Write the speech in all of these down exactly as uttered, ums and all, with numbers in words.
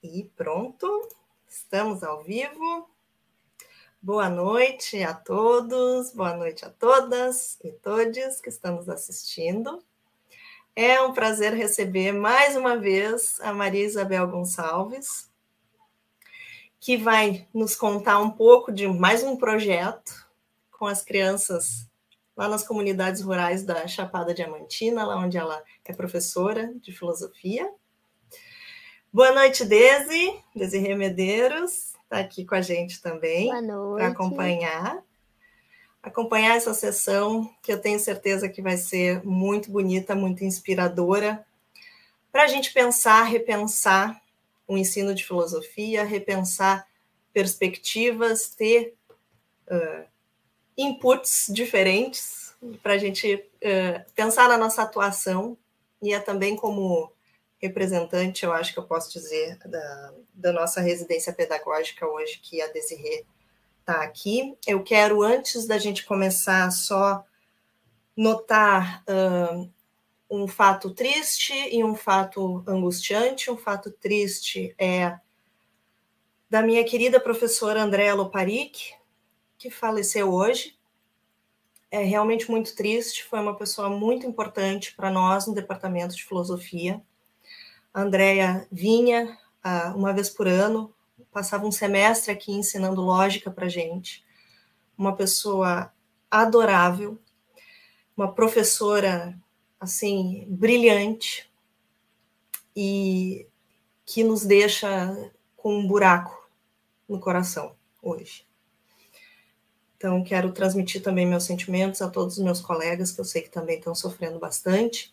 E pronto, estamos ao vivo. Boa noite a todos, boa noite a todas e todes que estão nos assistindo. É um prazer receber mais uma vez a Maria Isabel Gonçalves, que vai nos contar um pouco de mais um projeto com as crianças lá nas comunidades rurais da Chapada Diamantina, lá onde ela é professora de filosofia. Boa noite, Desi, Desirê Medeiros, está aqui com a gente também. Boa noite. Para acompanhar, acompanhar essa sessão, que eu tenho certeza que vai ser muito bonita, muito inspiradora, para a gente pensar, repensar o ensino de filosofia, repensar perspectivas, ter uh, inputs diferentes para a gente uh, pensar na nossa atuação, e é também como representante, eu acho que eu posso dizer, da, da nossa residência pedagógica hoje, que a Desirê está aqui. Eu quero, antes da gente começar, só notar uh, um fato triste e um fato angustiante. Um fato triste é da minha querida professora Andréa Loparic, que faleceu hoje. É realmente muito triste, foi uma pessoa muito importante para nós no departamento de filosofia. A Andréa vinha uh, uma vez por ano, passava um semestre aqui ensinando lógica para a gente. Uma pessoa adorável, uma professora, assim, brilhante e que nos deixa com um buraco no coração hoje. Então, quero transmitir também meus sentimentos a todos os meus colegas, que eu sei que também estão sofrendo bastante,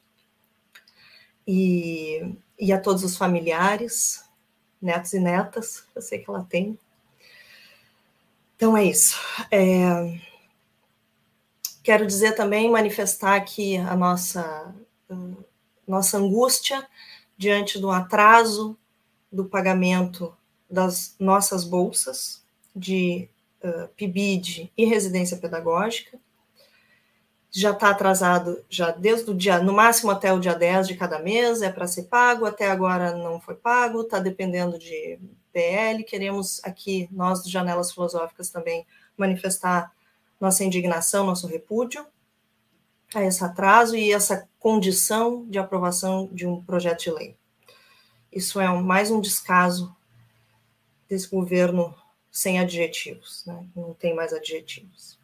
e, e a todos os familiares, netos e netas, eu sei que ela tem. Então, é isso. É... Quero dizer também, manifestar aqui a nossa, a nossa angústia diante do atraso do pagamento das nossas bolsas de uh, P I B I D e residência pedagógica. Já está atrasado já desde o dia, no máximo até o dia dez de cada mês, é para ser pago, até agora não foi pago, está dependendo de P L. Queremos aqui, nós do Janelas Filosóficas, também manifestar nossa indignação, nosso repúdio a esse atraso e essa condição de aprovação de um projeto de lei. Isso é um, mais um descaso desse governo sem adjetivos, né? Não tem mais adjetivos.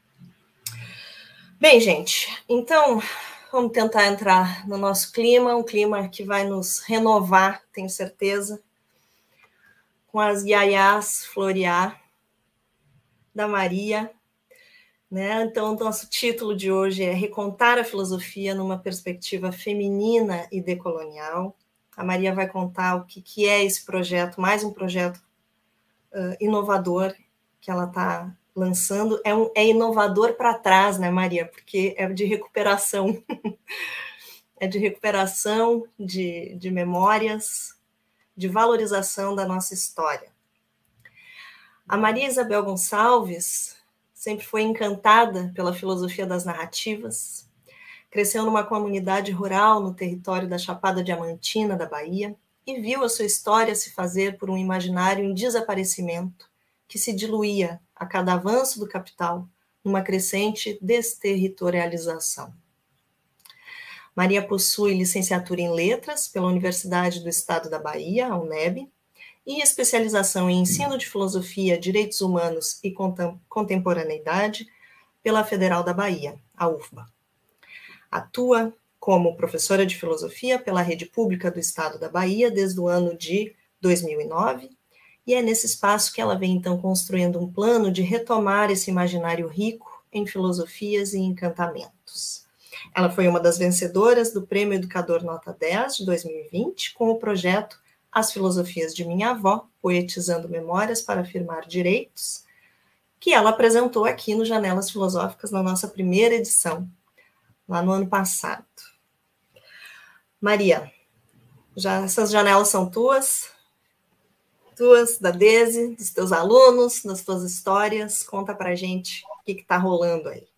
Bem, gente, então vamos tentar entrar no nosso clima, um clima que vai nos renovar, tenho certeza, com as iaiás florear da Maria, né? Então, o nosso título de hoje é Recontar a Filosofia numa Perspectiva Feminina e Decolonial. A Maria vai contar o que, que é esse projeto, mais um projeto uh, inovador que ela está lançando. É, um, é inovador para trás, né, Maria? Porque é de recuperação. É de recuperação de, de memórias, de valorização da nossa história. A Maria Isabel Gonçalves sempre foi encantada pela filosofia das narrativas, cresceu numa comunidade rural no território da Chapada Diamantina, da Bahia, e viu a sua história se fazer por um imaginário em desaparecimento, que se diluía a cada avanço do capital, numa crescente desterritorialização. Maria possui licenciatura em Letras pela Universidade do Estado da Bahia, a UNEB, e especialização em Ensino de Filosofia, Direitos Humanos e Contemporaneidade pela Federal da Bahia, a U F B A. Atua como professora de filosofia pela Rede Pública do Estado da Bahia desde o ano de dois mil e nove, e é nesse espaço que ela vem, então, construindo um plano de retomar esse imaginário rico em filosofias e encantamentos. Ela foi uma das vencedoras do Prêmio Educador Nota dez de dois mil e vinte, com o projeto As Filosofias de Minha Avó, Poetizando Memórias para Afirmar Direitos, que ela apresentou aqui no Janelas Filosóficas na nossa primeira edição, lá no ano passado. Maria, já essas janelas são tuas, tuas, da Desi, dos teus alunos, das tuas histórias. Conta pra gente o que está rolando aí.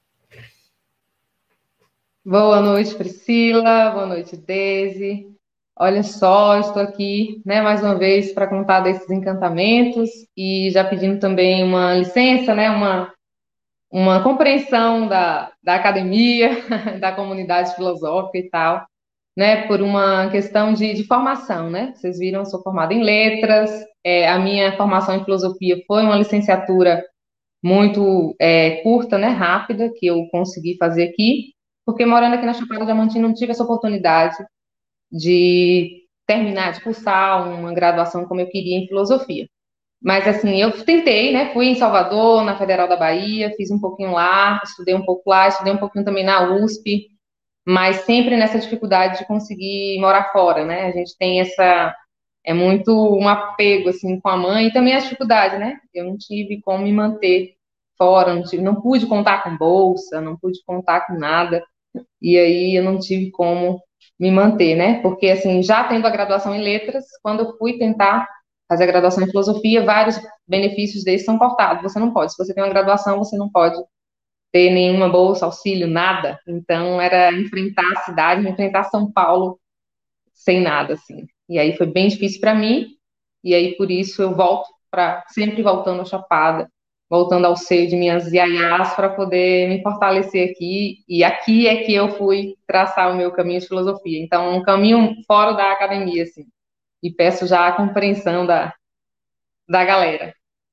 Boa noite, Priscila. Boa noite, Desi. Olha só, estou aqui, né, mais uma vez para contar desses encantamentos e já pedindo também uma licença, né, uma, uma compreensão da, da academia, da comunidade filosófica e tal, né, por uma questão de, de formação, né? Vocês viram, eu sou formada em letras, é, a minha formação em filosofia foi uma licenciatura muito é, curta, né, rápida, que eu consegui fazer aqui, porque morando aqui na Chapada Diamantina não tive essa oportunidade de terminar, de cursar uma graduação como eu queria em filosofia. Mas assim, eu tentei, né? Fui em Salvador, na Federal da Bahia, fiz um pouquinho lá, estudei um pouco lá, estudei um pouquinho também na U S P, mas sempre nessa dificuldade de conseguir morar fora, né? A gente tem essa é muito um apego assim com a mãe e também a dificuldade, né? Eu não tive como me manter fora, não tive, não pude contar com bolsa, não pude contar com nada. E aí eu não tive como me manter, né? Porque, assim, já tendo a graduação em letras, quando eu fui tentar fazer a graduação em filosofia, vários benefícios desses são cortados. Você não pode. Se você tem uma graduação, você não pode ter nenhuma bolsa, auxílio, nada. Então, era enfrentar a cidade, enfrentar São Paulo sem nada, assim. E aí foi bem difícil para mim, e aí por isso eu volto para sempre voltando à Chapada, voltando ao seio de minhas iaiás para poder me fortalecer aqui. E aqui é que eu fui traçar o meu caminho de filosofia. Então, um caminho fora da academia, assim. E peço já a compreensão da, da galera.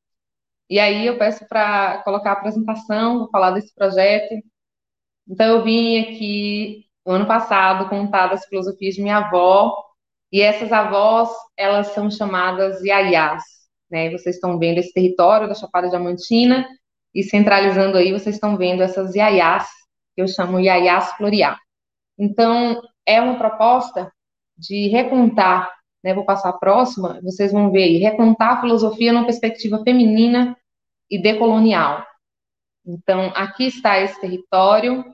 E aí eu peço para colocar a apresentação, vou falar desse projeto. Então, eu vim aqui no ano passado contar das filosofias de minha avó, e essas avós, elas são chamadas iaiás, né? Vocês estão vendo esse território da Chapada Diamantina, e centralizando aí, vocês estão vendo essas iaiás, que eu chamo iaiás florear. Então, é uma proposta de recontar, né? Vou passar a próxima, vocês vão ver aí, recontar a filosofia numa perspectiva feminina e decolonial. Então, aqui está esse território,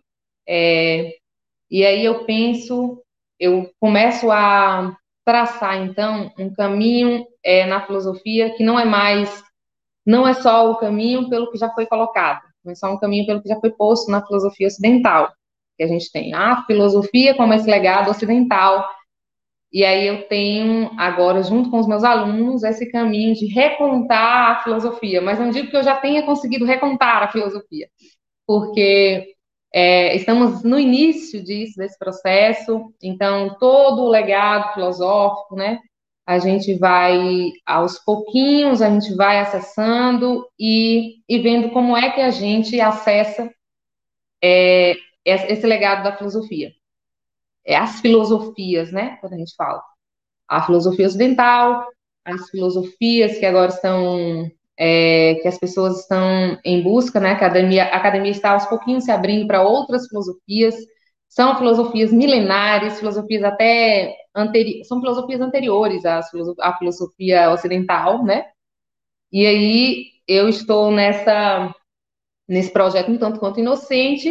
é, e aí eu penso, eu começo a traçar então um caminho é, na filosofia que não é mais, não é só o caminho pelo que já foi colocado, não é só um caminho pelo que já foi posto na filosofia ocidental, que a gente tem a filosofia como esse legado ocidental, e aí eu tenho agora, junto com os meus alunos, esse caminho de recontar a filosofia, mas não digo que eu já tenha conseguido recontar a filosofia, porque é, estamos no início disso, desse processo, então todo o legado filosófico, né? A gente vai, aos pouquinhos, a gente vai acessando e, e vendo como é que a gente acessa é, esse legado da filosofia. É as filosofias, né? Quando a gente fala. A filosofia ocidental, as filosofias que agora estão, é, que as pessoas estão em busca, né? A academia, a academia está aos pouquinhos se abrindo para outras filosofias, são filosofias milenares, filosofias até anteri são filosofias anteriores à, filoso à filosofia ocidental, né? E aí eu estou nessa nesse projeto um tanto quanto inocente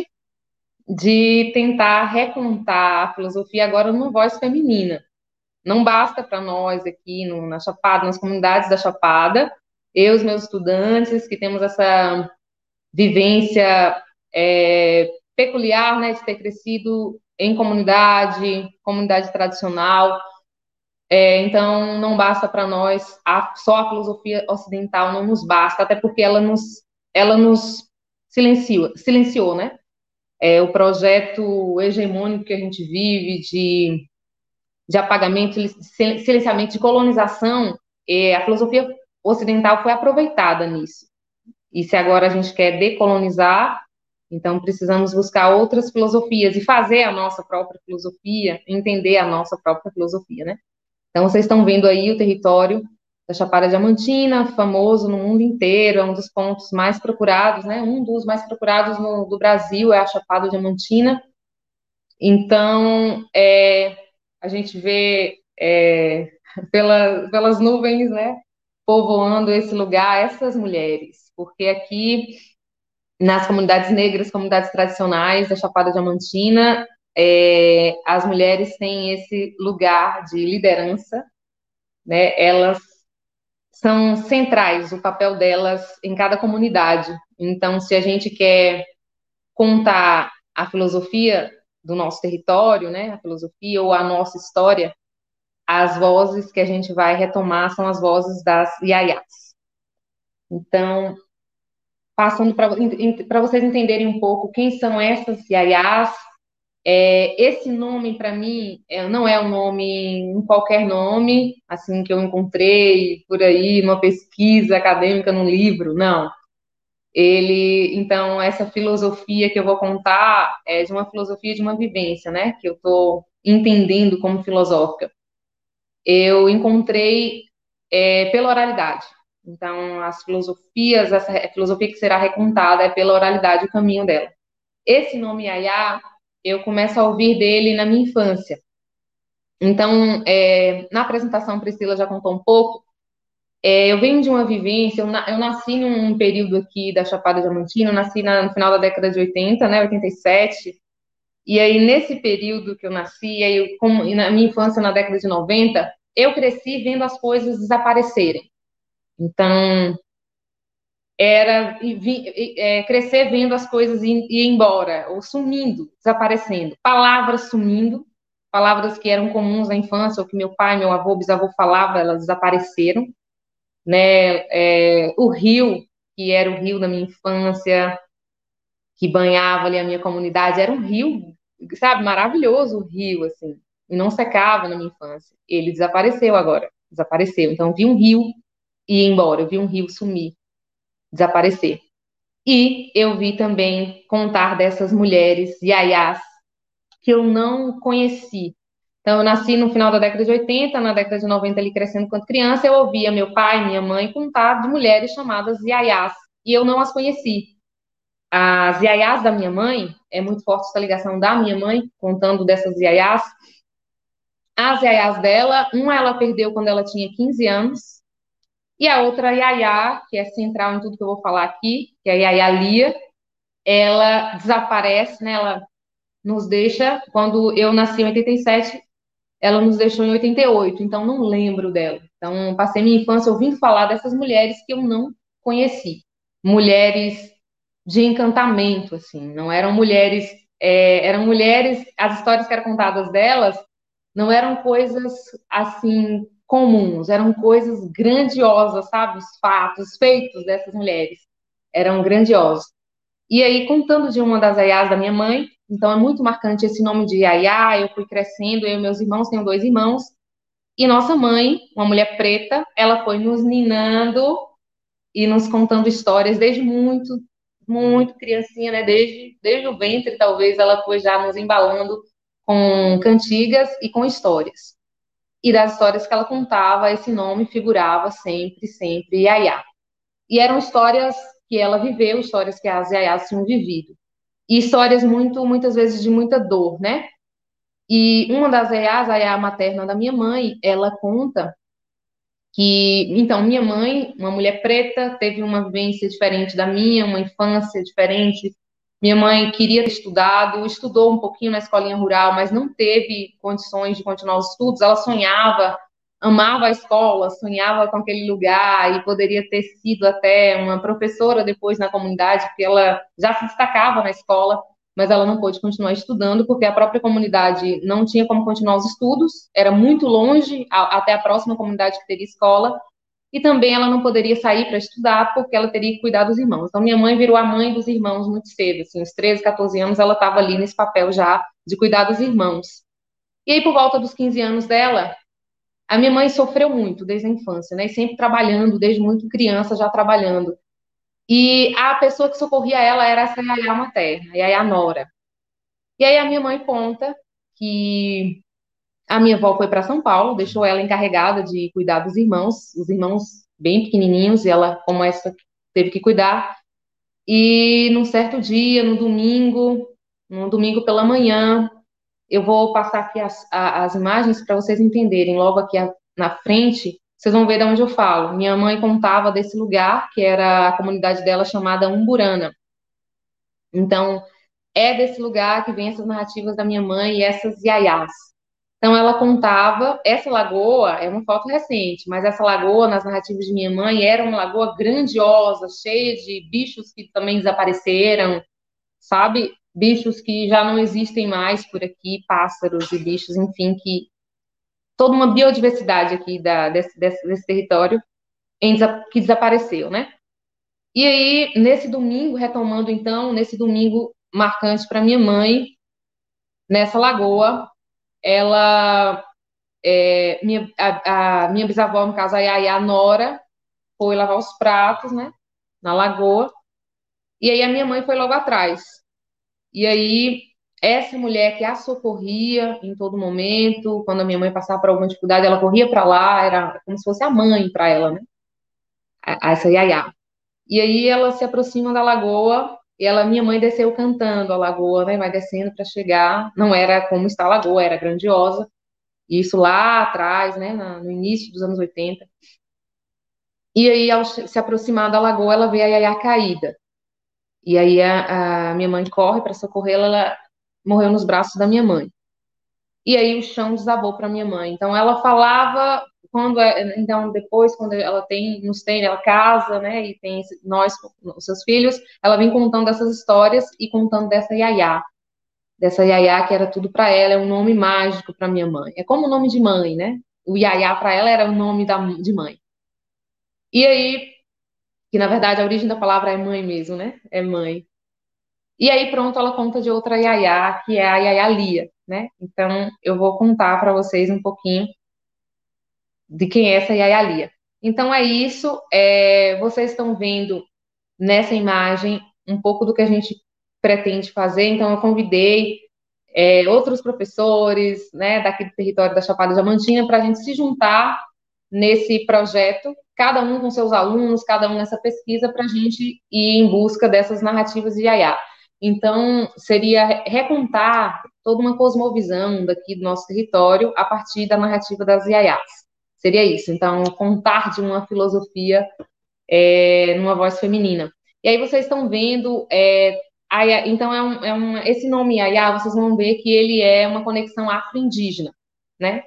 de tentar recontar a filosofia agora numa voz feminina. Não basta para nós aqui no, na Chapada, nas comunidades da Chapada, eu e os meus estudantes, que temos essa vivência é, peculiar, né, de ter crescido em comunidade, comunidade tradicional. É, então, não basta para nós, a, só a filosofia ocidental não nos basta, até porque ela nos, ela nos silenciou, silenciou, né? É, o projeto hegemônico que a gente vive de de apagamento, silenciamento, de colonização, a filosofia ocidental foi aproveitada nisso. E se agora a gente quer decolonizar, então precisamos buscar outras filosofias e fazer a nossa própria filosofia, entender a nossa própria filosofia, né? Então vocês estão vendo aí o território da Chapada Diamantina, famoso no mundo inteiro, é um dos pontos mais procurados, né? Um dos mais procurados no, do Brasil é a Chapada Diamantina. Então, é, a gente vê é, pela, pelas nuvens, né, povoando esse lugar, essas mulheres, porque aqui nas comunidades negras, comunidades tradicionais da Chapada Diamantina, é, as mulheres têm esse lugar de liderança, né, elas são centrais, o papel delas em cada comunidade. Então, se a gente quer contar a filosofia do nosso território, né, a filosofia ou a nossa história, as vozes que a gente vai retomar são as vozes das iaiás. Então, passando para vocês entenderem um pouco quem são essas iaiás, é, esse nome, para mim, é, não é um nome, um qualquer nome, assim, que eu encontrei por aí, numa pesquisa acadêmica, num livro, não. Ele, então, essa filosofia que eu vou contar é de uma filosofia de uma vivência, né, que eu estou entendendo como filosófica. Eu encontrei é, pela oralidade. Então, as filosofias, essa filosofia que será recontada é pela oralidade, o caminho dela. Esse nome Yaya, eu começo a ouvir dele na minha infância. Então, é, na apresentação, Priscila já contou um pouco. É, eu venho de uma vivência, eu, na, eu nasci num período aqui da Chapada Diamantina, eu nasci na, no final da década de oitenta, né, oitenta e sete. E aí, nesse período que eu nasci, aí eu, como, na minha infância, na década de noventa, eu cresci vendo as coisas desaparecerem. Então, era e vi, e, é, crescer vendo as coisas ir, ir embora, ou sumindo, desaparecendo. Palavras sumindo, palavras que eram comuns na infância, ou que meu pai, meu avô, bisavô falava, elas desapareceram. Né? É, o rio, que era o rio da minha infância, que banhava ali a minha comunidade, era um rio, sabe, maravilhoso o rio, assim, e não secava na minha infância. Ele desapareceu agora, desapareceu. Então, eu vi um rio ir embora, eu vi um rio sumir, desaparecer. E eu vi também contar dessas mulheres iaiás que eu não conheci. Então, eu nasci no final da década de oitenta, na década de noventa, ali crescendo quando criança, eu ouvia meu pai, minha mãe contar de mulheres chamadas iaiás, e eu não as conheci. As iaiás da minha mãe, é muito forte essa ligação da minha mãe, contando dessas iaiás. As iaiás dela, uma ela perdeu quando ela tinha quinze anos, e a outra iaiá, que é central em tudo que eu vou falar aqui, que é a iaiá Lia, ela desaparece, né? Ela nos deixa, quando eu nasci em oitenta e sete, ela nos deixou em oitenta e oito, então não lembro dela. Então, passei minha infância ouvindo falar dessas mulheres que eu não conheci. Mulheres de encantamento, assim, não eram mulheres, é, eram mulheres, as histórias que eram contadas delas não eram coisas, assim, comuns, eram coisas grandiosas, sabe? Os fatos, os feitos dessas mulheres eram grandiosos. E aí, contando de uma das aiás da minha mãe, então é muito marcante esse nome de Yaya, eu fui crescendo, eu e meus irmãos, tenho dois irmãos, e nossa mãe, uma mulher preta, ela foi nos ninando e nos contando histórias desde muito, muito criancinha, né? Desde, desde o ventre, talvez, ela foi já nos embalando com cantigas e com histórias. E das histórias que ela contava, esse nome figurava sempre, sempre Yaya. E eram histórias que ela viveu, histórias que as Yayás tinham vivido. E histórias muito, muitas vezes de muita dor, né? E uma das Yayás, a Yayá materna da minha mãe, ela conta que, então, minha mãe, uma mulher preta, teve uma vivência diferente da minha, uma infância diferente. Minha mãe queria ter estudado, estudou um pouquinho na escolinha rural, mas não teve condições de continuar os estudos. Ela sonhava, amava a escola, sonhava com aquele lugar e poderia ter sido até uma professora depois na comunidade, porque ela já se destacava na escola, mas ela não pôde continuar estudando porque a própria comunidade não tinha como continuar os estudos, era muito longe a, até a próxima comunidade que teria escola, e também ela não poderia sair para estudar porque ela teria que cuidar dos irmãos. Então, minha mãe virou a mãe dos irmãos muito cedo, assim, uns treze, quatorze anos, ela estava ali nesse papel já de cuidar dos irmãos. E aí, por volta dos quinze anos dela, a minha mãe sofreu muito desde a infância, né? E sempre trabalhando, desde muito criança já trabalhando. E a pessoa que socorria ela era essa Yaya materna, a Yaya Nora. E aí a minha mãe conta que a minha avó foi para São Paulo, deixou ela encarregada de cuidar dos irmãos, os irmãos bem pequenininhos, e ela, como essa, teve que cuidar. E num certo dia, no domingo, num domingo pela manhã, eu vou passar aqui as, a- as imagens para vocês entenderem. Logo aqui a- na frente, vocês vão ver de onde eu falo. Minha mãe contava desse lugar, que era a comunidade dela chamada Umburana. Então, é desse lugar que vem essas narrativas da minha mãe e essas iaiás. Então, ela contava, essa lagoa é uma foto recente, mas essa lagoa, nas narrativas de minha mãe, era uma lagoa grandiosa, cheia de bichos que também desapareceram, sabe? Bichos que já não existem mais por aqui, pássaros e bichos, enfim, que toda uma biodiversidade aqui da, desse, desse, desse território em, que desapareceu, né? E aí, nesse domingo, retomando então, nesse domingo marcante para minha mãe, nessa lagoa, ela, é, minha, a, a, minha bisavó, no caso, a Yaya Nora, foi lavar os pratos, né, na lagoa, e aí a minha mãe foi logo atrás. E aí, essa mulher que a socorria em todo momento, quando a minha mãe passava por alguma dificuldade, ela corria para lá, era como se fosse a mãe para ela, né, a, a essa Yaya. E aí ela se aproxima da lagoa e ela, minha mãe desceu cantando a lagoa, né? Vai descendo para chegar. Não era como está a lagoa, era grandiosa. Isso lá atrás, né? No início dos anos oitenta. E aí, ao se aproximar da lagoa, ela vê a Yaya caída. E aí a, a minha mãe corre para socorrê-la, ela morreu nos braços da minha mãe. E aí o chão desabou para minha mãe. Então ela falava quando então depois quando ela tem nos tem ela casa, né, e tem nós os seus filhos, ela vem contando essas histórias e contando dessa Yaya, dessa Yaya que era tudo para ela, é um nome mágico para minha mãe. É como o nome de mãe, né? O Yaya para ela era o nome da de mãe. E aí que na verdade a origem da palavra é mãe mesmo, né? É mãe. E aí, pronto, ela conta de outra Yaya, que é a Yaya Lia, né? Então, eu vou contar para vocês um pouquinho de quem é essa Yaya Lia. Então, é isso. É, vocês estão vendo nessa imagem um pouco do que a gente pretende fazer. Então, eu convidei é, outros professores, né, daqui do território da Chapada Diamantina para a gente se juntar nesse projeto, cada um com seus alunos, cada um nessa pesquisa, para a gente ir em busca dessas narrativas de Yaya. Então, seria recontar toda uma cosmovisão daqui do nosso território a partir da narrativa das Yayás. Seria isso. Então, contar de uma filosofia é, numa voz feminina. E aí vocês estão vendo, é, a, então é um, é um, esse nome Yaya, vocês vão ver que ele é uma conexão afro-indígena, né?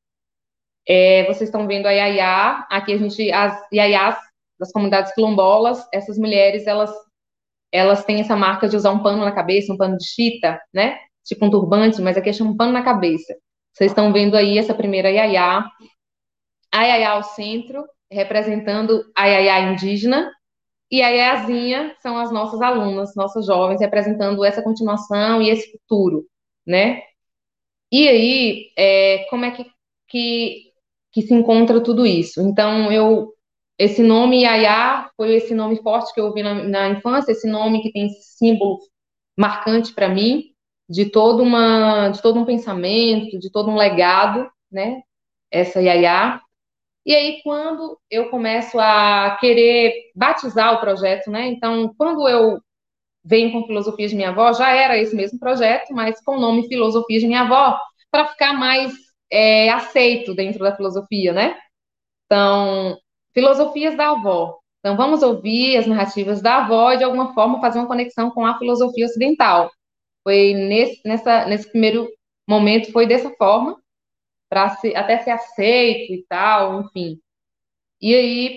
É, vocês estão vendo a Yaya, aqui a gente, as Yayás das comunidades quilombolas, essas mulheres, elas, elas têm essa marca de usar um pano na cabeça, um pano de chita, né? Tipo um turbante, mas aqui é um pano na cabeça. Vocês estão vendo aí essa primeira Yaya, a Yaya ao centro, representando a Yaya indígena, e a Yayazinha são as nossas alunas, nossas jovens, representando essa continuação e esse futuro, né? E aí, é, como é que, que, que se encontra tudo isso? Então, eu, esse nome Yaya foi esse nome forte que eu ouvi na, na infância, esse nome que tem esse símbolo marcante para mim, de todo uma, de todo um pensamento, de todo um legado, né? Essa Yaya. E aí, quando eu começo a querer batizar o projeto, né? Então, quando eu venho com Filosofias de Minha Avó, já era esse mesmo projeto, mas com o nome Filosofias de Minha Avó, para ficar mais é, aceito dentro da filosofia, né? Então, Filosofias da Avó. Então, vamos ouvir as narrativas da avó e, de alguma forma, fazer uma conexão com a filosofia ocidental. Foi nesse, nessa, nesse primeiro momento, foi dessa forma, para até ser aceito e tal, enfim. E aí,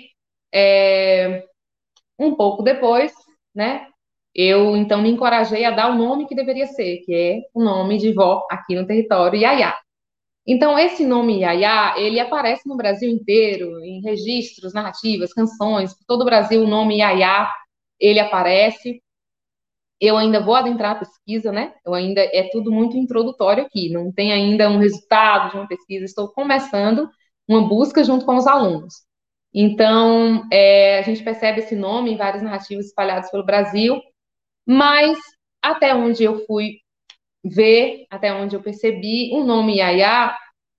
é, um pouco depois, né, eu então me encorajei a dar o nome que deveria ser, que é o nome de vó aqui no território, Yaya. Então, esse nome Yaya, ele aparece no Brasil inteiro, em registros, narrativas, canções, por todo o Brasil o nome Yaya, ele aparece. Eu ainda vou adentrar a pesquisa, né? Eu ainda é tudo muito introdutório aqui, não tem ainda um resultado de uma pesquisa, estou começando uma busca junto com os alunos. Então, é, a gente percebe esse nome em várias narrativas espalhadas pelo Brasil, mas até onde eu fui ver, até onde eu percebi, o nome Yaya,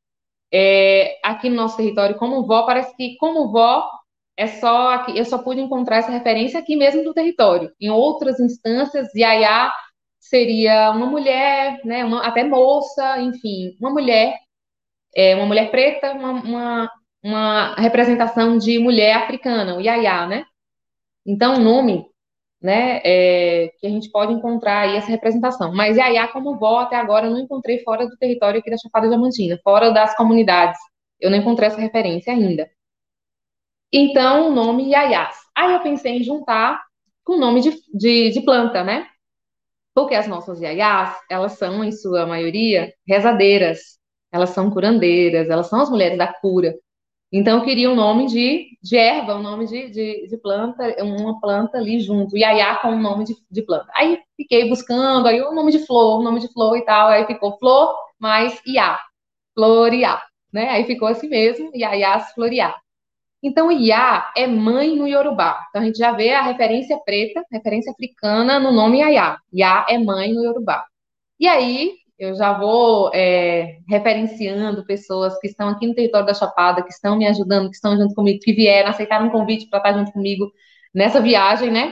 é, aqui no nosso território como vó, parece que como vó é só aqui, eu só pude encontrar essa referência aqui mesmo do território. Em outras instâncias, Yaya seria uma mulher, né, uma, até moça, enfim, uma mulher, é, uma mulher preta, uma, uma, uma representação de mulher africana, o Yaya, né? Então, o nome, né, é, que a gente pode encontrar aí essa representação. Mas Yaya, como vó, até agora eu não encontrei fora do território aqui da Chapada Diamantina, fora das comunidades. Eu não encontrei essa referência ainda. Então, o nome Yayás. Aí eu pensei em juntar com o nome de, de, de planta, né? Porque as nossas Yayás, elas são, em sua maioria, rezadeiras. elas são curandeiras, elas são as mulheres da cura. Então, eu queria um nome de, de erva, um nome de, de, de planta, uma planta ali junto. Iaiá com um nome de, de planta. Aí fiquei buscando, aí o um nome de flor, um nome de flor e tal. Aí ficou flor mais iá, florear, né? Aí ficou assim mesmo, Iaiás florear. Então, Iá é mãe no Yorubá. Então, a gente já vê a referência preta, referência africana no nome Iaiá. Iá é mãe no Yorubá. E aí, eu já vou é, referenciando pessoas que estão aqui no território da Chapada, que estão me ajudando, que estão junto comigo, que vieram, aceitaram um convite para estar junto comigo nessa viagem, né?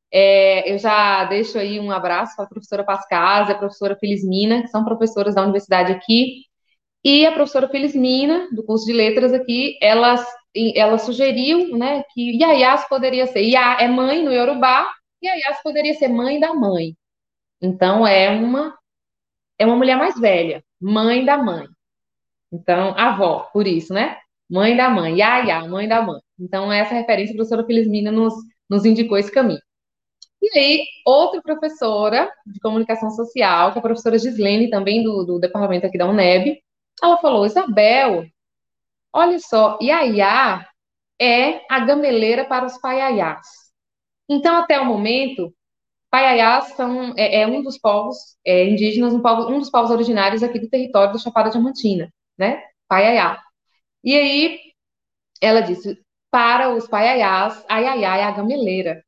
É, eu já deixo aí um abraço para a professora Pascaz e a professora Felizmina, que são professoras da universidade aqui, e a professora Felizmina, do curso de letras aqui, ela, ela sugeriu, né, que Iaiás poderia ser, Iá é mãe no Yorubá, Iaiás poderia ser mãe da mãe. Então, é uma é uma mulher mais velha, mãe da mãe. Então, avó, por isso, né? Mãe da mãe, Yaya, mãe da mãe. Então, essa referência a professora Felizmina nos, nos indicou esse caminho. E aí, outra professora de comunicação social, que é a professora Gislene, também do, do departamento aqui da UNEB, ela falou: Isabel, olha só, Yaya é a gameleira para os paiaiás. Então, até o momento, Paiaiás são, é, é um dos povos é, indígenas, um, povo, um dos povos originários aqui do território da Chapada Diamantina, né? Paiaiá. E aí, ela disse, para os paiaiás, a Iaiá é a gameleira.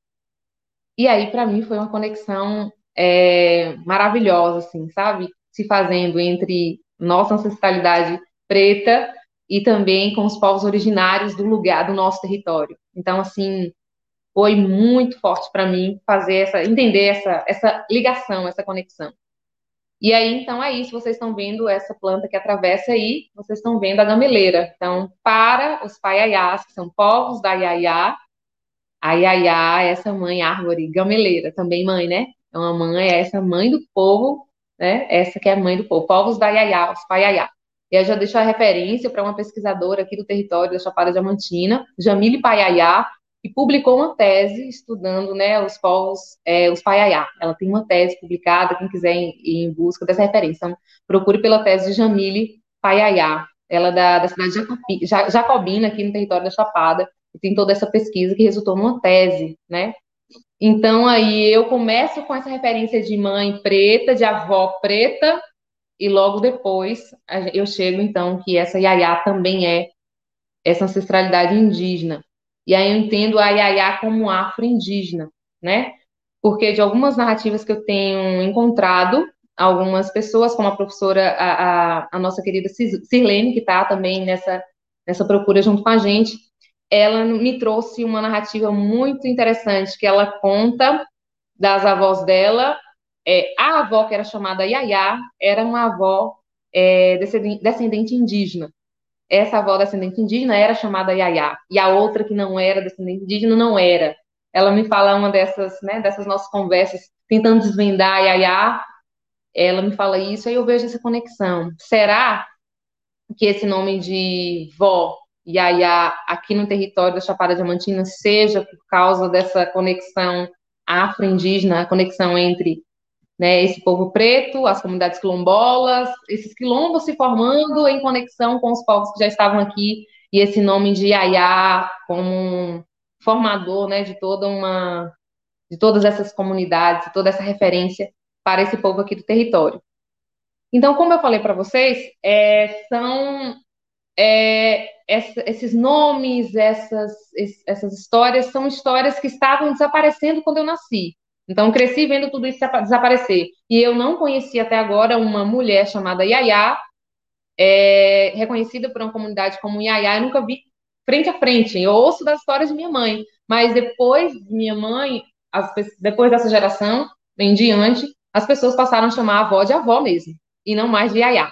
E aí, para mim, foi uma conexão é, maravilhosa, assim, sabe? Se fazendo entre nossa ancestralidade preta e também com os povos originários do lugar, do nosso território. Então, assim, foi muito forte para mim fazer essa, entender essa, essa ligação, essa conexão. E aí, então, é isso. Vocês estão vendo essa planta que atravessa aí, vocês estão vendo a gameleira. Então, para os paiaiás, que são povos da Iaiá, a Iaiá é essa mãe árvore gameleira, também mãe, né? É uma mãe, é essa mãe do povo, né? Essa que é a mãe do povo, povos da Iaiá, os paiaiá. E aí já deixo a referência para uma pesquisadora aqui do território da Chapada Diamantina, Jamile Paiaiá, que publicou uma tese estudando, né, os povos, é, os paiaiá. Ela tem uma tese publicada, quem quiser ir, ir em busca dessa referência. Então, procure pela tese de Jamile Paiaiá. Ela é da, da cidade de Jacobi, Jacobina, aqui no território da Chapada, e tem toda essa pesquisa que resultou numa tese, né? Então, aí eu começo com essa referência de mãe preta, de avó preta, e logo depois eu chego, então, que essa Iaiá também é essa ancestralidade indígena. E aí eu entendo a Iaiá como afro-indígena, né? Porque de algumas narrativas que eu tenho encontrado, algumas pessoas, como a professora, a, a, a nossa querida Sirlene, que está também nessa, nessa procura junto com a gente, ela me trouxe uma narrativa muito interessante, que ela conta das avós dela. É, a avó, que era chamada Yayá, era uma avó é, descendente, descendente indígena. Essa avó descendente indígena era chamada Yayá, e a outra que não era descendente indígena não era. Ela me fala uma dessas, né, dessas nossas conversas, tentando desvendar a Yayá, ela me fala isso, aí eu vejo essa conexão. Será que esse nome de vó Yayá aqui no território da Chapada Diamantina seja por causa dessa conexão afro-indígena, a conexão entre, né, esse povo preto, as comunidades quilombolas, esses quilombos se formando em conexão com os povos que já estavam aqui, e esse nome de Yayá como um formador, né, de toda uma, de todas essas comunidades, toda essa referência para esse povo aqui do território. Então, como eu falei para vocês, é, são é, essa, esses nomes, essas, essas histórias, são histórias que estavam desaparecendo quando eu nasci. Então, eu cresci vendo tudo isso desaparecer. E eu não conhecia até agora uma mulher chamada Yayá, é, reconhecida por uma comunidade como Yayá. Eu nunca vi frente a frente. Eu ouço das histórias de minha mãe, mas depois de minha mãe, as, depois dessa geração em diante, as pessoas passaram a chamar a avó de avó mesmo, e não mais de Yayá.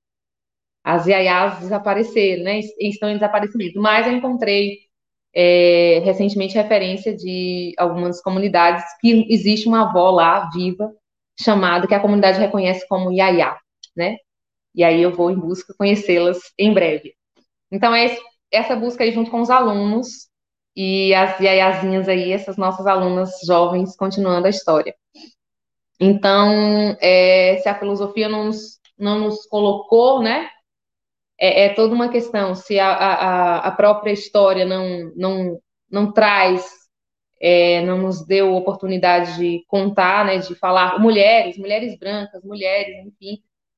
As iaiás desapareceram, né? Estão em desaparecimento. Mas eu encontrei é, recentemente referência de algumas comunidades que existe uma avó lá viva chamada que a comunidade reconhece como iaiá, né? E aí eu vou em busca conhecê-las em breve. Então é essa busca aí junto com os alunos e as iaiazinhas aí, essas nossas alunas jovens, continuando a história. Então, é, se a filosofia não nos, não nos colocou, né, é, é toda uma questão, se a, a, a própria história não, não, não traz, é, não nos deu oportunidade de contar, né, de falar mulheres, mulheres brancas, mulheres, enfim,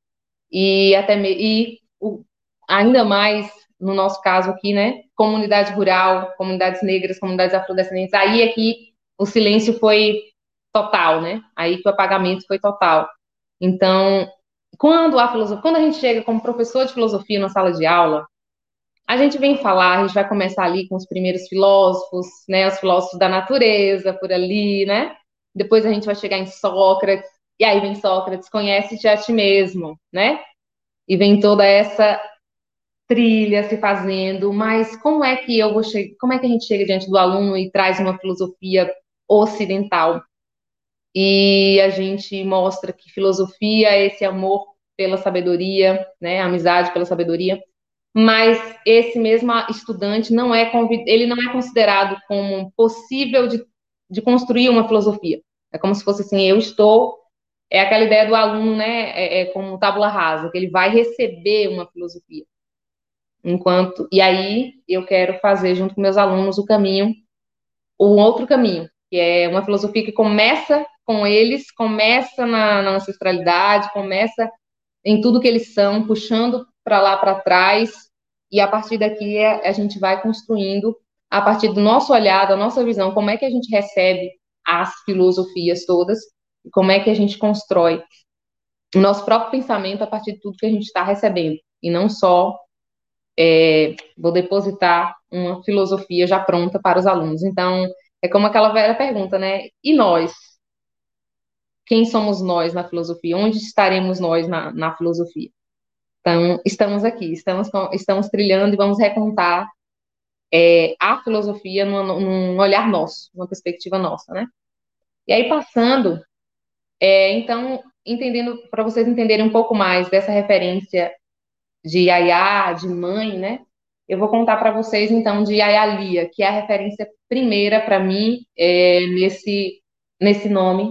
e até me, e o, ainda mais no nosso caso aqui, né, comunidade rural, comunidades negras, comunidades afrodescendentes, aí é que o silêncio foi total, né? Aí que o apagamento foi total. Então, quando a filosofia, quando a gente chega como professor de filosofia na sala de aula, a gente vem falar, a gente vai começar ali com os primeiros filósofos, né, os filósofos da natureza, por ali, né? Depois a gente vai chegar em Sócrates, e aí vem Sócrates, conhece-te a ti mesmo, né? E vem toda essa trilha se fazendo, mas como é que eu vou chegar, como é que a gente chega diante do aluno e traz uma filosofia ocidental? E a gente mostra que filosofia é esse amor pela sabedoria, né, a amizade pela sabedoria, mas esse mesmo estudante não é convid... ele não é considerado como possível de, de construir uma filosofia. É como se fosse assim, eu estou, é aquela ideia do aluno, né, é, é como tábula rasa, que ele vai receber uma filosofia. Enquanto, e aí eu quero fazer junto com meus alunos o caminho, um outro caminho, que é uma filosofia que começa com eles, começa na, na ancestralidade, começa em tudo que eles são, puxando para lá para trás, e a partir daqui é, a gente vai construindo, a partir do nosso olhar, da nossa visão, como é que a gente recebe as filosofias todas, e como é que a gente constrói o nosso próprio pensamento a partir de tudo que a gente está recebendo, e não só é, vou depositar uma filosofia já pronta para os alunos. Então, é como aquela velha pergunta, né? E nós? Quem somos nós na filosofia? Onde estaremos nós na, na filosofia? Então, estamos aqui, estamos, com, estamos trilhando e vamos recontar é, a filosofia num, num olhar nosso, numa perspectiva nossa, né? E aí, passando, é, então, entendendo, para vocês entenderem um pouco mais dessa referência de Yaya, de mãe, né? Eu vou contar para vocês, então, de Yaya Lia, que é a referência primeira para mim é, nesse, nesse nome,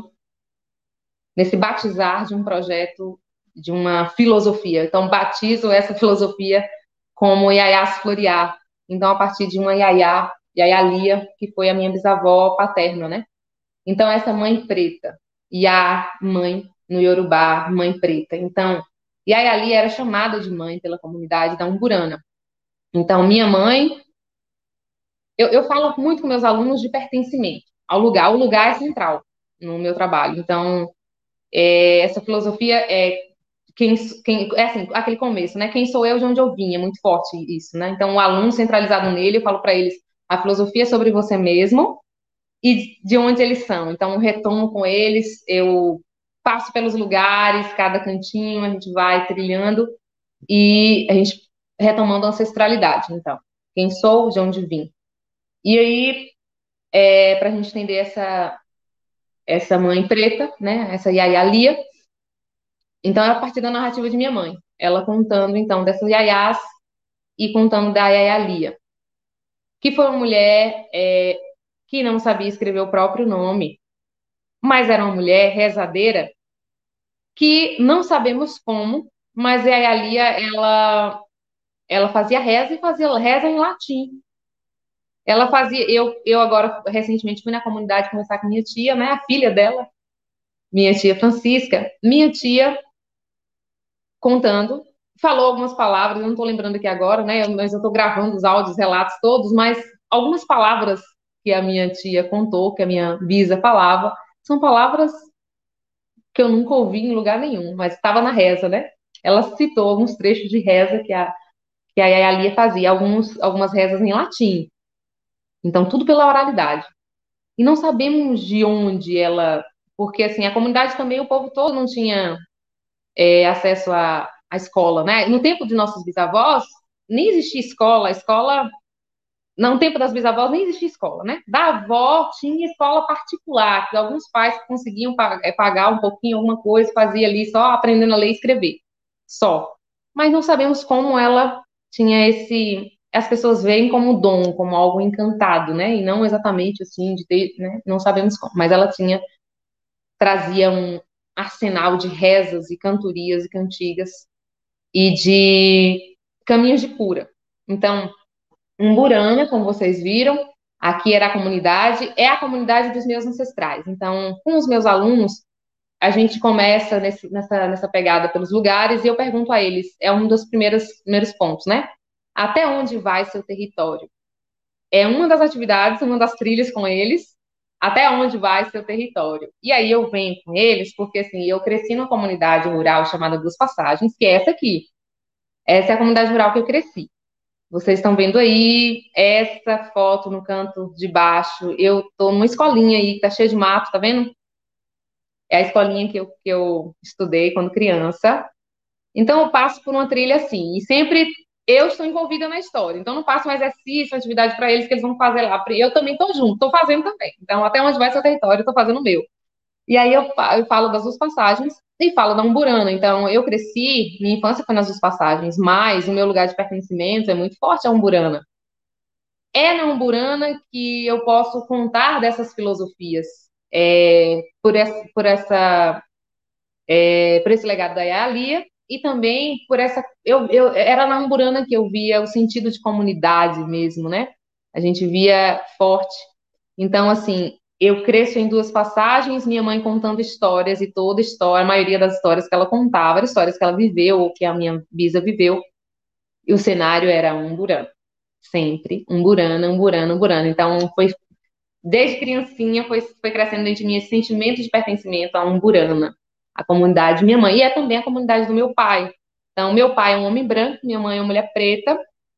nesse batizar de um projeto, de uma filosofia. Então, batizo essa filosofia como Yayás Florear. Então, a partir de uma Yaya, Yaya Lia, que foi a minha bisavó paterna, né? Então, essa mãe preta, Ya, mãe, no Yorubá, mãe preta. Então, Yaya Lia era chamada de mãe pela comunidade da Umburana. Então, minha mãe, eu, eu falo muito com meus alunos de pertencimento ao lugar. O lugar é central no meu trabalho. Então, é, essa filosofia é quem, quem, é assim, aquele começo, né? Quem sou eu, de onde eu vim, é muito forte isso, né? Então, o aluno centralizado nele, eu falo para eles, a filosofia é sobre você mesmo e de onde eles são. Então, eu retomo com eles, eu passo pelos lugares, cada cantinho, a gente vai trilhando e a gente retomando a ancestralidade. Então, quem sou, de onde vim. E aí, é, para a gente entender essa, essa mãe preta, né? Essa Yaya Lia, então é a partir da narrativa de minha mãe. Ela contando, então, dessas Yayás e contando da Yaya Lia, que foi uma mulher é, que não sabia escrever o próprio nome, mas era uma mulher rezadeira que não sabemos como, mas a Yaya Lia, ela, ela fazia reza e fazia reza em latim. Ela fazia, eu, eu agora recentemente fui na comunidade conversar com minha tia, né, a filha dela, minha tia Francisca, minha tia contando, falou algumas palavras, eu não estou lembrando aqui agora, né, mas eu estou gravando os áudios, relatos todos, mas algumas palavras que a minha tia contou, que a minha bisa falava, são palavras que eu nunca ouvi em lugar nenhum, mas estava na reza, né? Ela citou alguns trechos de reza que a, que a Yaya Lia fazia, alguns, algumas rezas em latim. Então, tudo pela oralidade. E não sabemos de onde ela. Porque, assim, a comunidade também, o povo todo não tinha é, acesso à, à escola, né? No tempo de nossos bisavós, nem existia escola. A escola. No tempo das bisavós, nem existia escola, né? Da avó tinha escola particular, que alguns pais conseguiam pagar um pouquinho, alguma coisa, fazia ali só aprendendo a ler e escrever. Só. Mas não sabemos como ela tinha esse. As pessoas veem como dom, como algo encantado, né? E não exatamente assim, de ter, né? Não sabemos como. Mas ela tinha, trazia um arsenal de rezas e cantorias e cantigas e de caminhos de cura. Então, Umburana, como vocês viram, aqui era a comunidade, é a comunidade dos meus ancestrais. Então, com os meus alunos, a gente começa nesse, nessa, nessa pegada pelos lugares e eu pergunto a eles, é um dos primeiros, primeiros pontos, né? Até onde vai seu território? É uma das atividades, uma das trilhas com eles, até onde vai seu território. E aí eu venho com eles, porque assim, eu cresci numa comunidade rural chamada Duas Passagens, que é essa aqui. Essa é a comunidade rural que eu cresci. Vocês estão vendo aí essa foto no canto de baixo. Eu tô numa escolinha aí que tá cheia de mato, tá vendo? É a escolinha que eu, que eu estudei quando criança. Então eu passo por uma trilha assim, e sempre eu estou envolvida na história. Então eu não passo um exercício, uma atividade para eles que eles vão fazer lá. Eu também estou junto, estou fazendo também. Então até onde vai seu território, eu estou fazendo o meu. E aí eu, fa- eu falo das duas passagens e falo da Umburana. Então eu cresci, minha infância foi nas duas passagens, mas o meu lugar de pertencimento é muito forte a Umburana. É na Umburana que eu posso contar dessas filosofias, é, por essa, por essa é, por esse legado da Yaalia e também por essa. Eu, eu, era na Umburana que eu via o sentido de comunidade mesmo, né? A gente via forte. Então, assim, eu cresço em duas passagens, minha mãe contando histórias e toda história, a maioria das histórias que ela contava, eram histórias que ela viveu ou que a minha bisa viveu, e o cenário era Umburana. Sempre, Umburana, Umburana, Umburana. Então, foi desde criancinha foi, foi crescendo dentro de mim esse sentimento de pertencimento a Umburana, a comunidade de minha mãe, e é também a comunidade do meu pai. Então, meu pai é um homem branco, minha mãe é uma mulher preta,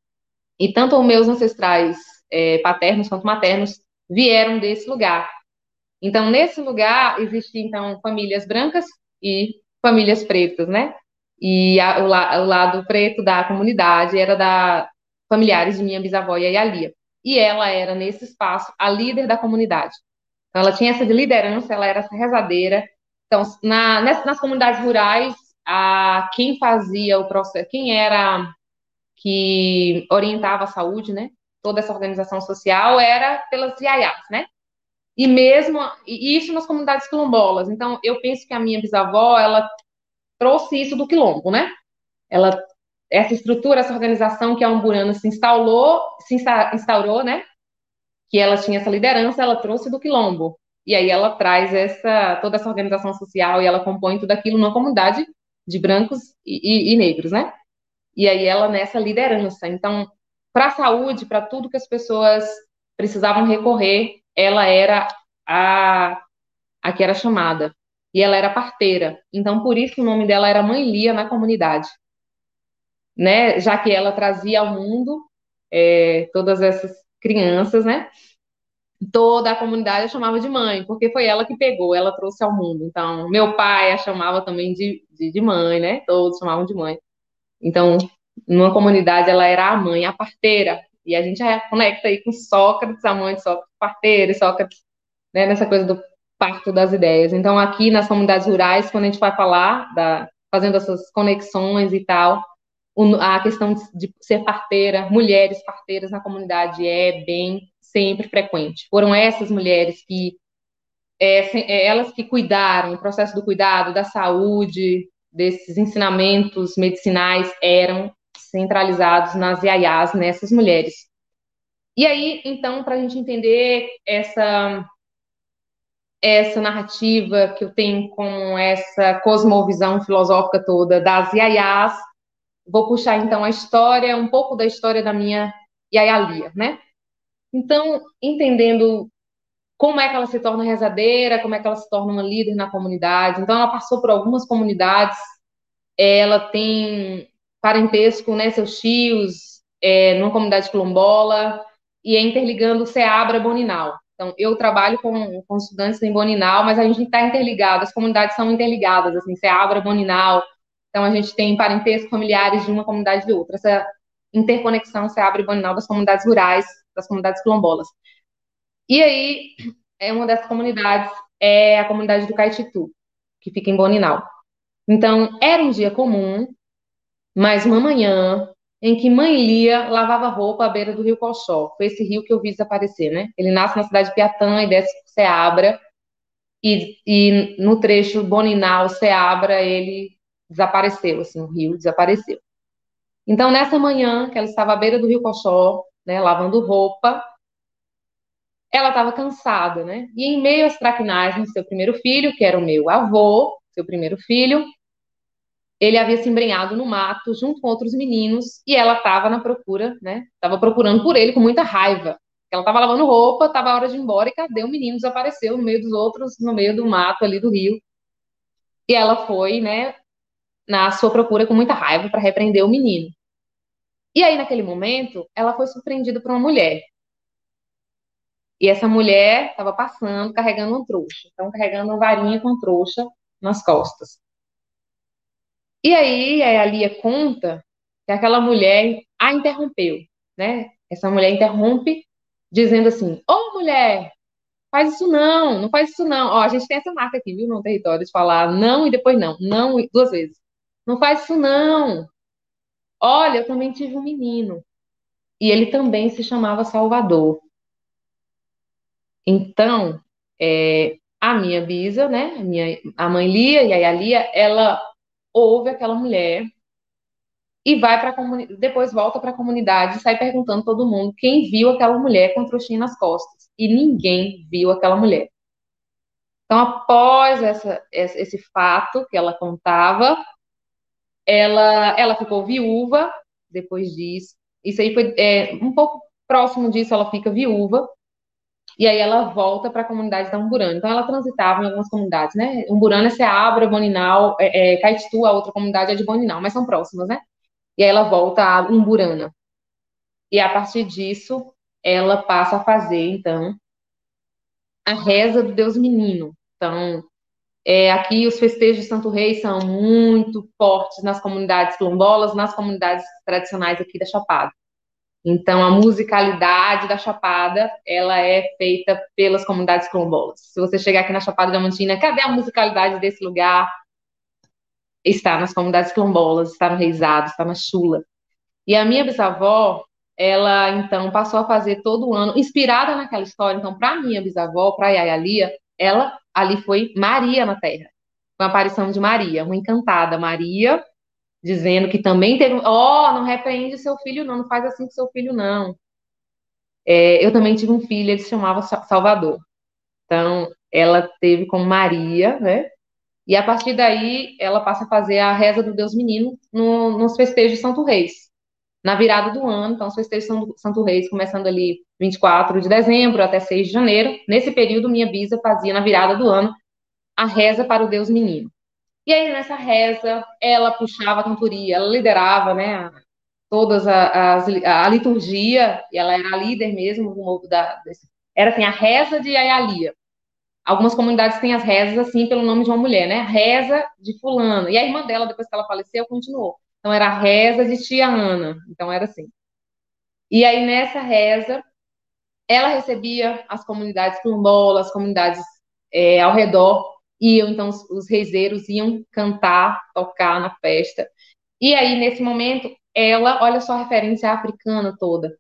e tanto os meus ancestrais é, paternos quanto maternos vieram desse lugar. Então, nesse lugar, existem, então, famílias brancas e famílias pretas, né? E a, o, la, o lado preto da comunidade era da familiares de minha bisavó Yalia. E ela era, nesse espaço, a líder da comunidade. Então, ela tinha essa de liderança, ela era essa rezadeira. Então, na, nas, nas comunidades rurais, a, quem fazia o processo, quem era que orientava a saúde, né? Toda essa organização social era pelas iaiás, né? E mesmo e isso nas comunidades quilombolas. Então, eu penso que a minha bisavó, ela trouxe isso do quilombo, né? Ela essa estrutura, essa organização que a Umburana se instalou, se instaurou, né? Que ela tinha essa liderança, ela trouxe do quilombo. E aí ela traz essa toda essa organização social e ela compõe tudo aquilo numa comunidade de brancos e, e, e negros, né? E aí ela nessa liderança. Então, para a saúde, para tudo que as pessoas precisavam recorrer, ela era a, a que era chamada. E ela era parteira. Então, por isso o nome dela era Mãe Lia na comunidade, né? Já que ela trazia ao mundo é, todas essas crianças, né? Toda a comunidade a chamava de mãe, porque foi ela que pegou, ela trouxe ao mundo. Então, meu pai a chamava também de, de, de mãe, né? Todos chamavam de mãe. Então, numa comunidade, ela era a mãe, a parteira. E a gente já conecta aí com Sócrates, a mãe de Sócrates, parteira, e Sócrates, né, nessa coisa do parto das ideias. Então, aqui nas comunidades rurais, quando a gente vai falar, da, fazendo essas conexões e tal, a questão de, de ser parteira, mulheres parteiras na comunidade é bem sempre frequente. Foram essas mulheres que, é, é, elas que cuidaram, o processo do cuidado, da saúde, desses ensinamentos medicinais eram centralizados nas iaiás, nessas mulheres. E aí, então, para a gente entender essa, essa narrativa que eu tenho com essa cosmovisão filosófica toda das iaiás, vou puxar então a história, um pouco da história da minha Iaia, né? Então, entendendo como é que ela se torna rezadeira, como é que ela se torna uma líder na comunidade. Então, ela passou por algumas comunidades, ela tem parentesco, né, seus tios, é, numa comunidade quilombola, e é interligando o Seabra Boninal. Então, eu trabalho com, com estudantes em Boninal, mas a gente está interligado, as comunidades são interligadas, assim, Seabra, Boninal. Então, a gente tem parentesco familiares de uma comunidade e de outra. Essa interconexão Seabra e Boninal das comunidades rurais, das comunidades quilombolas. E aí, é uma dessas comunidades é a comunidade do Caititu, que fica em Boninal. Então, era um dia comum, mas uma manhã em que Mãe Lia lavava roupa à beira do rio Coxó. Foi esse rio que eu vi desaparecer, né? Ele nasce na cidade de Piatã e desce por Ceabra, e, e no trecho Boninal, Ceabra, ele desapareceu, assim, o rio desapareceu. Então, nessa manhã, que ela estava à beira do Rio Coxó, né, lavando roupa, ela estava cansada, né? E em meio às traquinagens do seu primeiro filho, que era o meu avô, seu primeiro filho, ele havia se embrenhado no mato junto com outros meninos e ela estava na procura, né? Estava procurando por ele com muita raiva. Ela estava lavando roupa, estava a hora de ir embora e cadê o menino? Desapareceu no meio dos outros, no meio do mato ali do rio. E ela foi, né, na sua procura com muita raiva para repreender o menino. E aí, naquele momento, ela foi surpreendida por uma mulher. E essa mulher estava passando, carregando um trouxa. Então, carregando uma varinha com trouxa nas costas. E aí, a Lia conta que aquela mulher a interrompeu, né? Essa mulher interrompe, dizendo assim: Ô mulher, faz isso não, não faz isso não. Ó, a gente tem essa marca aqui, viu, no território, de falar não e depois não, não e duas vezes. Não faz isso não. Olha, eu também tive um menino. E ele também se chamava Salvador. Então, é, a minha bisa, né, a, minha, a mãe Lia e a Lia, ela ouve aquela mulher e vai para a comunidade, depois volta para a comunidade e sai perguntando todo mundo quem viu aquela mulher com a trouxinha nas costas. E ninguém viu aquela mulher. Então, após essa, esse fato que ela contava, ela, ela ficou viúva depois disso. Isso aí foi é, um pouco próximo disso, ela fica viúva. E aí ela volta para a comunidade da Umburana. Então ela transitava em algumas comunidades, né? Umburana é Seabra, Boninal, é, é, Caetitu, a outra comunidade é de Boninal, mas são próximas, né? E aí ela volta a Umburana. E a partir disso, ela passa a fazer, então, a reza do Deus Menino. Então, é, aqui os festejos de Santo Rei são muito fortes nas comunidades quilombolas, nas comunidades tradicionais aqui da Chapada. Então, a musicalidade da Chapada, ela é feita pelas comunidades quilombolas. Se você chegar aqui na Chapada Diamantina, cadê a musicalidade desse lugar? Está nas comunidades quilombolas, está no Reisado, está na Chula. E a minha bisavó, ela, então, passou a fazer todo ano, inspirada naquela história. Então, para minha bisavó, para a Yaya Lia, ela ali foi Maria na Terra. Foi a aparição de Maria, uma encantada Maria, dizendo que também teve, ó, oh, não repreende seu filho não, não faz assim com seu filho não. É, eu também tive um filho, ele se chamava Salvador. Então, ela teve com Maria, né? E a partir daí, ela passa a fazer a reza do Deus Menino no, nos festejos de Santo Reis, na virada do ano. Então, os festejos de Santo Reis, começando ali vinte e quatro de dezembro até seis de janeiro. Nesse período, minha bisa fazia, na virada do ano, a reza para o Deus Menino. E aí, nessa reza, ela puxava a cantoria, ela liderava, né, todas as, a, a liturgia, e ela era a líder mesmo do, da, desse, era assim, a reza de Ayalia. Algumas comunidades têm as rezas assim pelo nome de uma mulher, né? Reza de fulano. E a irmã dela, depois que ela faleceu, continuou. Então era a reza de tia Ana. Então era assim. E aí nessa reza, ela recebia as comunidades quilombolas, as comunidades é, ao redor, iam, então os, os reizeiros iam cantar, tocar na festa. E aí, nesse momento, ela, olha só a referência africana toda,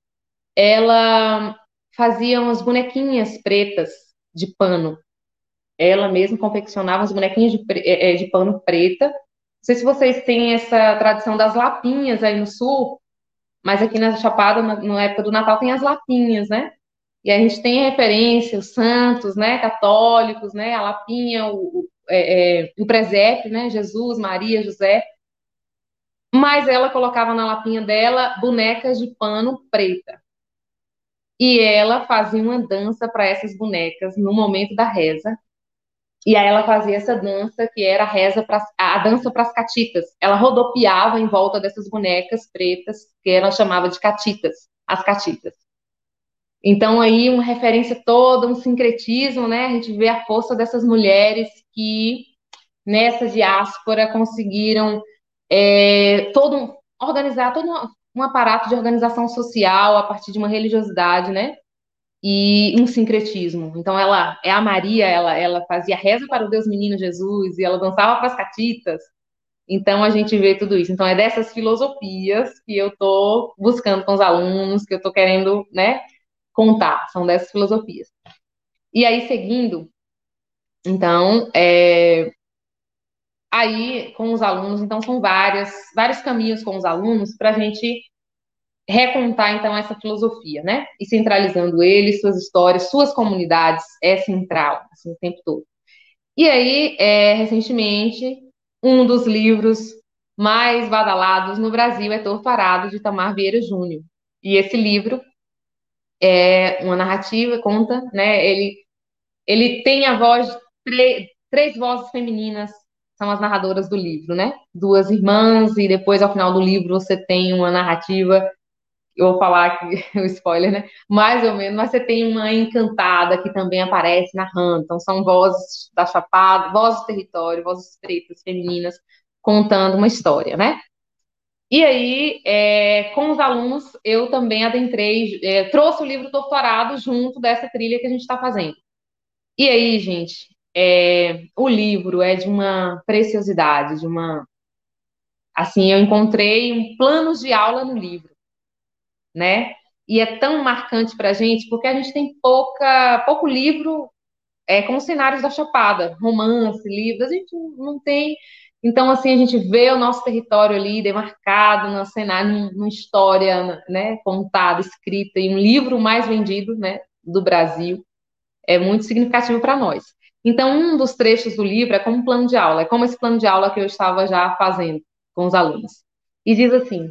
ela fazia umas bonequinhas pretas de pano. Ela mesma confeccionava as bonequinhas de, é, de pano preta. Não sei se vocês têm essa tradição das lapinhas aí no sul, mas aqui na Chapada, na, na época do Natal, tem as lapinhas, né? E a gente tem referência, os santos, né, católicos, né, a lapinha, o, o, é, é, o presépio, né, Jesus, Maria, José. Mas ela colocava na lapinha dela bonecas de pano preta. E ela fazia uma dança para essas bonecas no momento da reza. E aí ela fazia essa dança, que era a reza pra, a dança para as catitas. Ela rodopiava em volta dessas bonecas pretas, que ela chamava de catitas, as catitas. Então aí uma referência toda, um sincretismo, né? A gente vê a força dessas mulheres que nessa diáspora conseguiram é, todo organizar todo um, um aparato de organização social a partir de uma religiosidade, né? E um sincretismo. Então ela é a Maria, ela, ela fazia reza para o Deus Menino Jesus e ela dançava para as catitas. Então a gente vê tudo isso. Então é dessas filosofias que eu estou buscando com os alunos, que eu estou querendo, né, contar. São dessas filosofias. E aí seguindo, então, é, aí com os alunos, então são várias, vários caminhos com os alunos para a gente recontar então essa filosofia, né? E centralizando eles, suas histórias, suas comunidades, é central, assim, o tempo todo. E aí, é, recentemente, um dos livros mais badalados no Brasil é Torto Arado, de Itamar Vieira Júnior. E esse livro é uma narrativa, conta, né? Ele, ele tem a voz, tre- três vozes femininas, são as narradoras do livro, né? Duas irmãs, e depois, ao final do livro, você tem uma narrativa, eu vou falar aqui o spoiler, né? Mais ou menos, mas você tem uma encantada que também aparece narrando. Então, são vozes da Chapada, vozes do território, vozes pretas, femininas, contando uma história, né? E aí, é, com os alunos, eu também adentrei, é, trouxe o livro Torturado junto dessa trilha que a gente está fazendo. E aí, gente, é, o livro é de uma preciosidade, de uma. Assim, eu encontrei um plano de aula no livro, né? E é tão marcante para a gente, porque a gente tem pouca, pouco livro é, com cenários da Chapada, romance, livros, a gente não tem. Então, assim, a gente vê o nosso território ali demarcado no cenário, num- numa história, né, contada, escrita, e um livro mais vendido, né, do Brasil, é muito significativo para nós. Então, um dos trechos do livro é como um plano de aula, é como esse plano de aula que eu estava já fazendo com os alunos. E diz assim: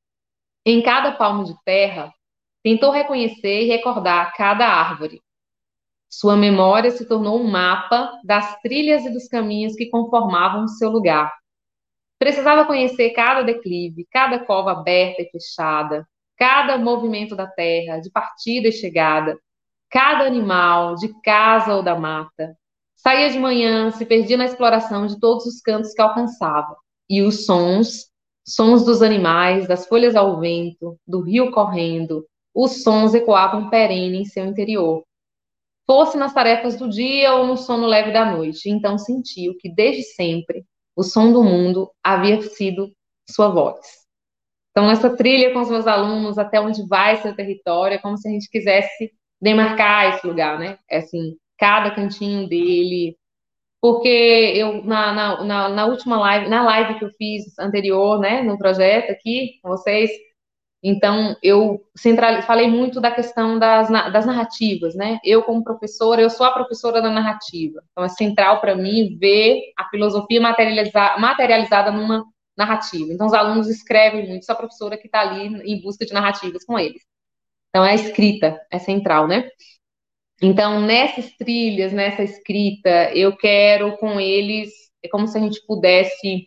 em cada palmo de terra, tentou reconhecer e recordar cada árvore. Sua memória se tornou um mapa das trilhas e dos caminhos que conformavam seu lugar. Precisava conhecer cada declive, cada cova aberta e fechada, cada movimento da terra, de partida e chegada, cada animal, de casa ou da mata. Saía de manhã, se perdia na exploração de todos os cantos que alcançava. E os sons, sons dos animais, das folhas ao vento, do rio correndo, os sons ecoavam perene em seu interior, fosse nas tarefas do dia ou no sono leve da noite. Então sentiu que desde sempre o som do mundo havia sido sua voz. Então, nessa trilha com os meus alunos, até onde vai seu território, é como se a gente quisesse demarcar esse lugar, né? É assim, cada cantinho dele. Porque eu, na, na, na, na última live, na live que eu fiz anterior, né, no projeto aqui com vocês, então, eu central, falei muito da questão das, das narrativas, né? Eu, como professora, eu sou a professora da narrativa. Então, é central para mim ver a filosofia materializa, materializada numa narrativa. Então, os alunos escrevem muito, sou a professora que está ali em busca de narrativas com eles. Então, a escrita é central, né? Então, nessas trilhas, nessa escrita, eu quero com eles, é como se a gente pudesse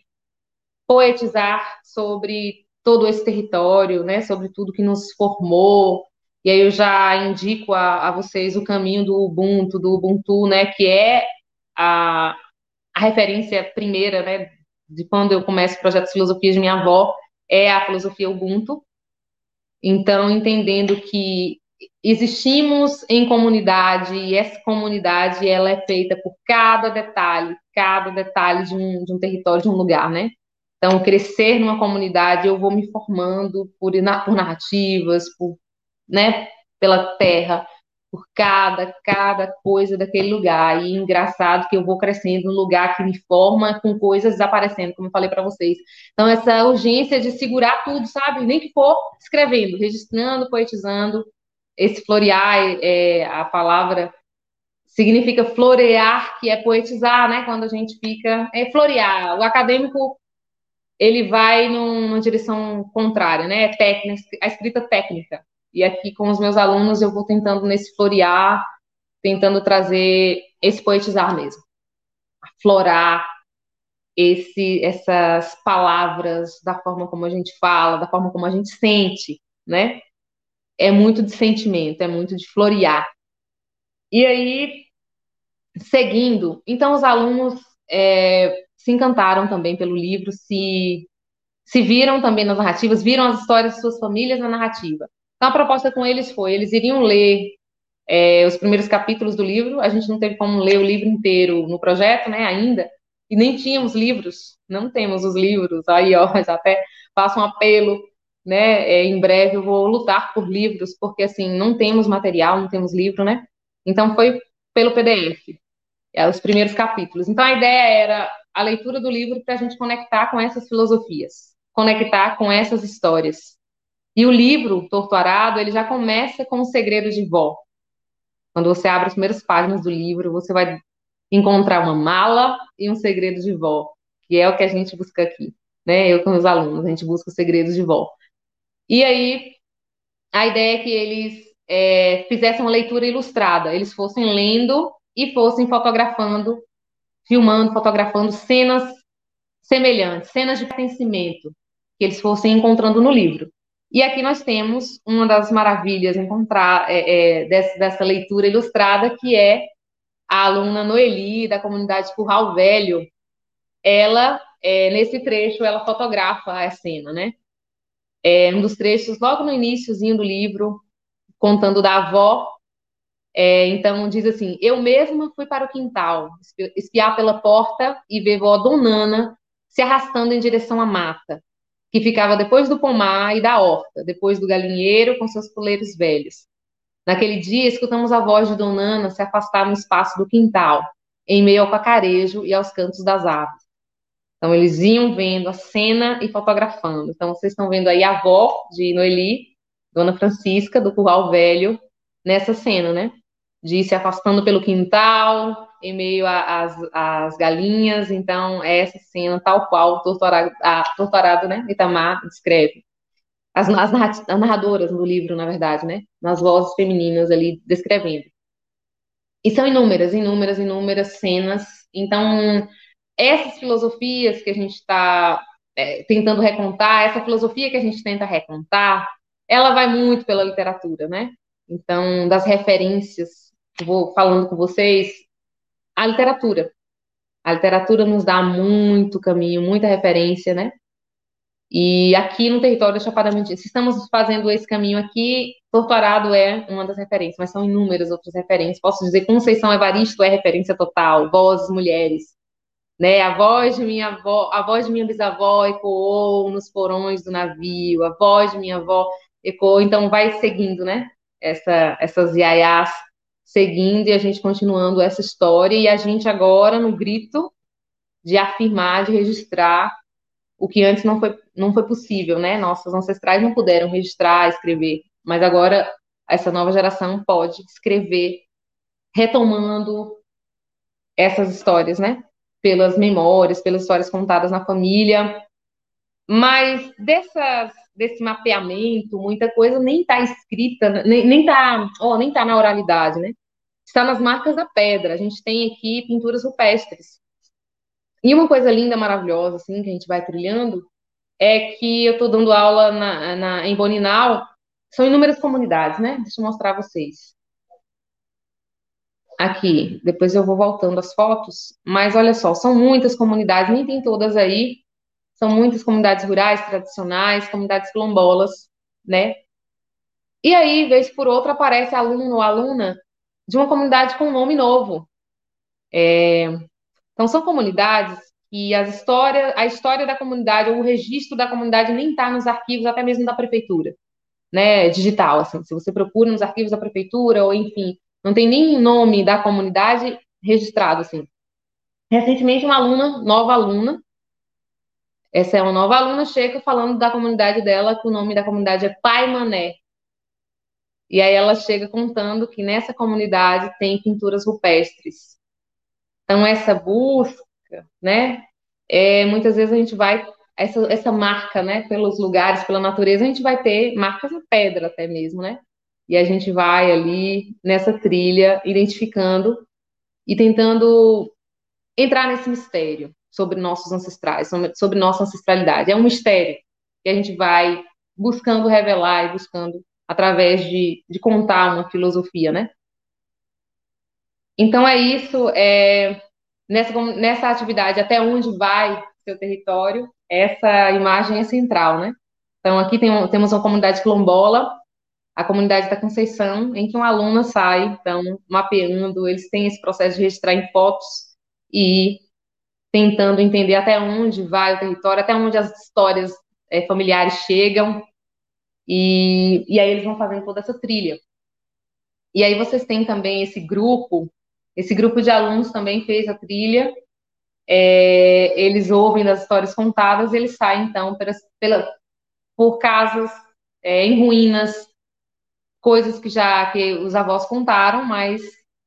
poetizar sobre todo esse território, né, sobre tudo que nos formou. E aí eu já indico a, a vocês o caminho do Ubuntu, do Ubuntu, né, que é a, a referência primeira, né, de quando eu começo o projeto de filosofia de minha avó, é a filosofia Ubuntu. Então, entendendo que existimos em comunidade e essa comunidade ela é feita por cada detalhe, cada detalhe de um, de um território, de um lugar, né? Então, crescer numa comunidade, eu vou me formando por, por narrativas, por, né, pela terra, por cada, cada coisa daquele lugar. E engraçado que eu vou crescendo num lugar que me forma com coisas desaparecendo, como eu falei para vocês. Então, essa urgência de segurar tudo, sabe? Nem que for escrevendo, registrando, poetizando. Esse florear, é, a palavra significa florear, que é poetizar, né? Quando a gente fica. É florear. O acadêmico ele vai num, numa direção contrária, né? É técnica, a escrita técnica. E aqui com os meus alunos eu vou tentando nesse florear, tentando trazer esse poetizar mesmo, aflorar esse, essas palavras da forma como a gente fala, da forma como a gente sente, né? É muito de sentimento, é muito de florear. E aí, seguindo, então os alunos é, se encantaram também pelo livro, se se viram também nas narrativas, viram as histórias de suas famílias na narrativa. Então, a proposta com eles foi: eles iriam ler é, os primeiros capítulos do livro, a gente não teve como ler o livro inteiro no projeto, né, ainda, e nem tínhamos livros, não temos os livros, aí, ó, já até faço um apelo, né, é, em breve eu vou lutar por livros, porque, assim, não temos material, não temos livro, né, então foi pelo P D F, é, os primeiros capítulos. Então, a ideia era a leitura do livro para a gente conectar com essas filosofias, conectar com essas histórias. E o livro, Torto Arado, ele já começa com os segredos de vó. Quando você abre as primeiras páginas do livro, você vai encontrar uma mala e um segredo de vó, que é o que a gente busca aqui, né? Eu com meus alunos, a gente busca os segredos de vó. E aí, a ideia é que eles é, fizessem uma leitura ilustrada, eles fossem lendo e fossem fotografando, filmando, fotografando cenas semelhantes, cenas de pertencimento, que eles fossem encontrando no livro. E aqui nós temos uma das maravilhas encontrar é, é, dessa, dessa leitura ilustrada, que é a aluna Noeli, da comunidade Curral Velho. Ela, é, nesse trecho, ela fotografa a cena, né? É um dos trechos, logo no iniciozinho do livro, contando da avó. É, então, diz assim: eu mesma fui para o quintal, espiar pela porta e ver vó Donana se arrastando em direção à mata, que ficava depois do pomar e da horta, depois do galinheiro com seus poleiros velhos. Naquele dia, escutamos a voz de Donana se afastar no espaço do quintal, em meio ao cacarejo e aos cantos das aves. Então, eles iam vendo a cena e fotografando. Então, vocês estão vendo aí a avó de Noeli, Dona Francisca, do Curral Velho, nessa cena, né? De ir se afastando pelo quintal, em meio às, às galinhas. Então, é essa cena tal qual o Torturado, a, Torturado, né? Itamar descreve. As, as narradoras do livro, na verdade, né? Nas vozes femininas ali descrevendo. E são inúmeras, inúmeras, inúmeras cenas. Então, essas filosofias que a gente está é, tentando recontar, essa filosofia que a gente tenta recontar, ela vai muito pela literatura, né? Então, das referências, vou falando com vocês, a literatura. A literatura nos dá muito caminho, muita referência, né? E aqui no território da Chapada Diamantina, se estamos fazendo esse caminho aqui, Torto Arado é uma das referências, mas são inúmeras outras referências. Posso dizer, Conceição Evaristo é referência total, vozes, mulheres, né? A voz de minha avó, a voz de minha bisavó ecoou nos porões do navio, a voz de minha avó ecoou, então vai seguindo, né? Essa, essas iaiás seguindo e a gente continuando essa história e a gente agora no grito de afirmar, de registrar o que antes não foi, não foi possível, né? Nossos ancestrais não puderam registrar, escrever, mas agora essa nova geração pode escrever, retomando essas histórias, né? Pelas memórias, pelas histórias contadas na família. Mas dessas, desse mapeamento, muita coisa nem está escrita, nem, nem está oh, nem tá na oralidade, né? Está nas marcas da pedra. A gente tem aqui pinturas rupestres. E uma coisa linda, maravilhosa, assim, que a gente vai trilhando, é que eu estou dando aula na, na, em Boninal, são inúmeras comunidades, né? Deixa eu mostrar a vocês. Aqui, depois eu vou voltando as fotos, mas olha só, são muitas comunidades, nem tem todas aí, são muitas comunidades rurais, tradicionais, comunidades quilombolas, né? E aí, vez por outra, aparece aluno ou aluna de uma comunidade com um nome novo. É, então, são comunidades que as histórias, a história da comunidade ou o registro da comunidade nem está nos arquivos, até mesmo da prefeitura, né? Digital, assim. Se você procura nos arquivos da prefeitura, ou enfim, não tem nem nome da comunidade registrado, assim. Recentemente, uma aluna, nova aluna, essa é uma nova aluna, chega falando da comunidade dela, que o nome da comunidade é Pai Mané. E aí ela chega contando que nessa comunidade tem pinturas rupestres. Então, essa busca, né? É, muitas vezes a gente vai, essa, essa marca, né? Pelos lugares, pela natureza, a gente vai ter marcas na pedra até mesmo, né? E a gente vai ali nessa trilha, identificando e tentando entrar nesse mistério sobre nossos ancestrais, sobre nossa ancestralidade. É um mistério que a gente vai buscando revelar e buscando através de, de contar uma filosofia, né? Então é isso, é, nessa, nessa atividade, até onde vai seu território, essa imagem é central, né? Então aqui tem, temos uma comunidade quilombola, a comunidade da Conceição, em que uma aluna sai, então, mapeando, eles têm esse processo de registrar em fotos e tentando entender até onde vai o território, até onde as histórias é, familiares chegam, e, e aí eles vão fazendo toda essa trilha. E aí vocês têm também esse grupo, esse grupo de alunos também fez a trilha, é, eles ouvem das histórias contadas, eles saem, então, pelas, pela, por casas é, em ruínas, coisas que já que os avós contaram, mas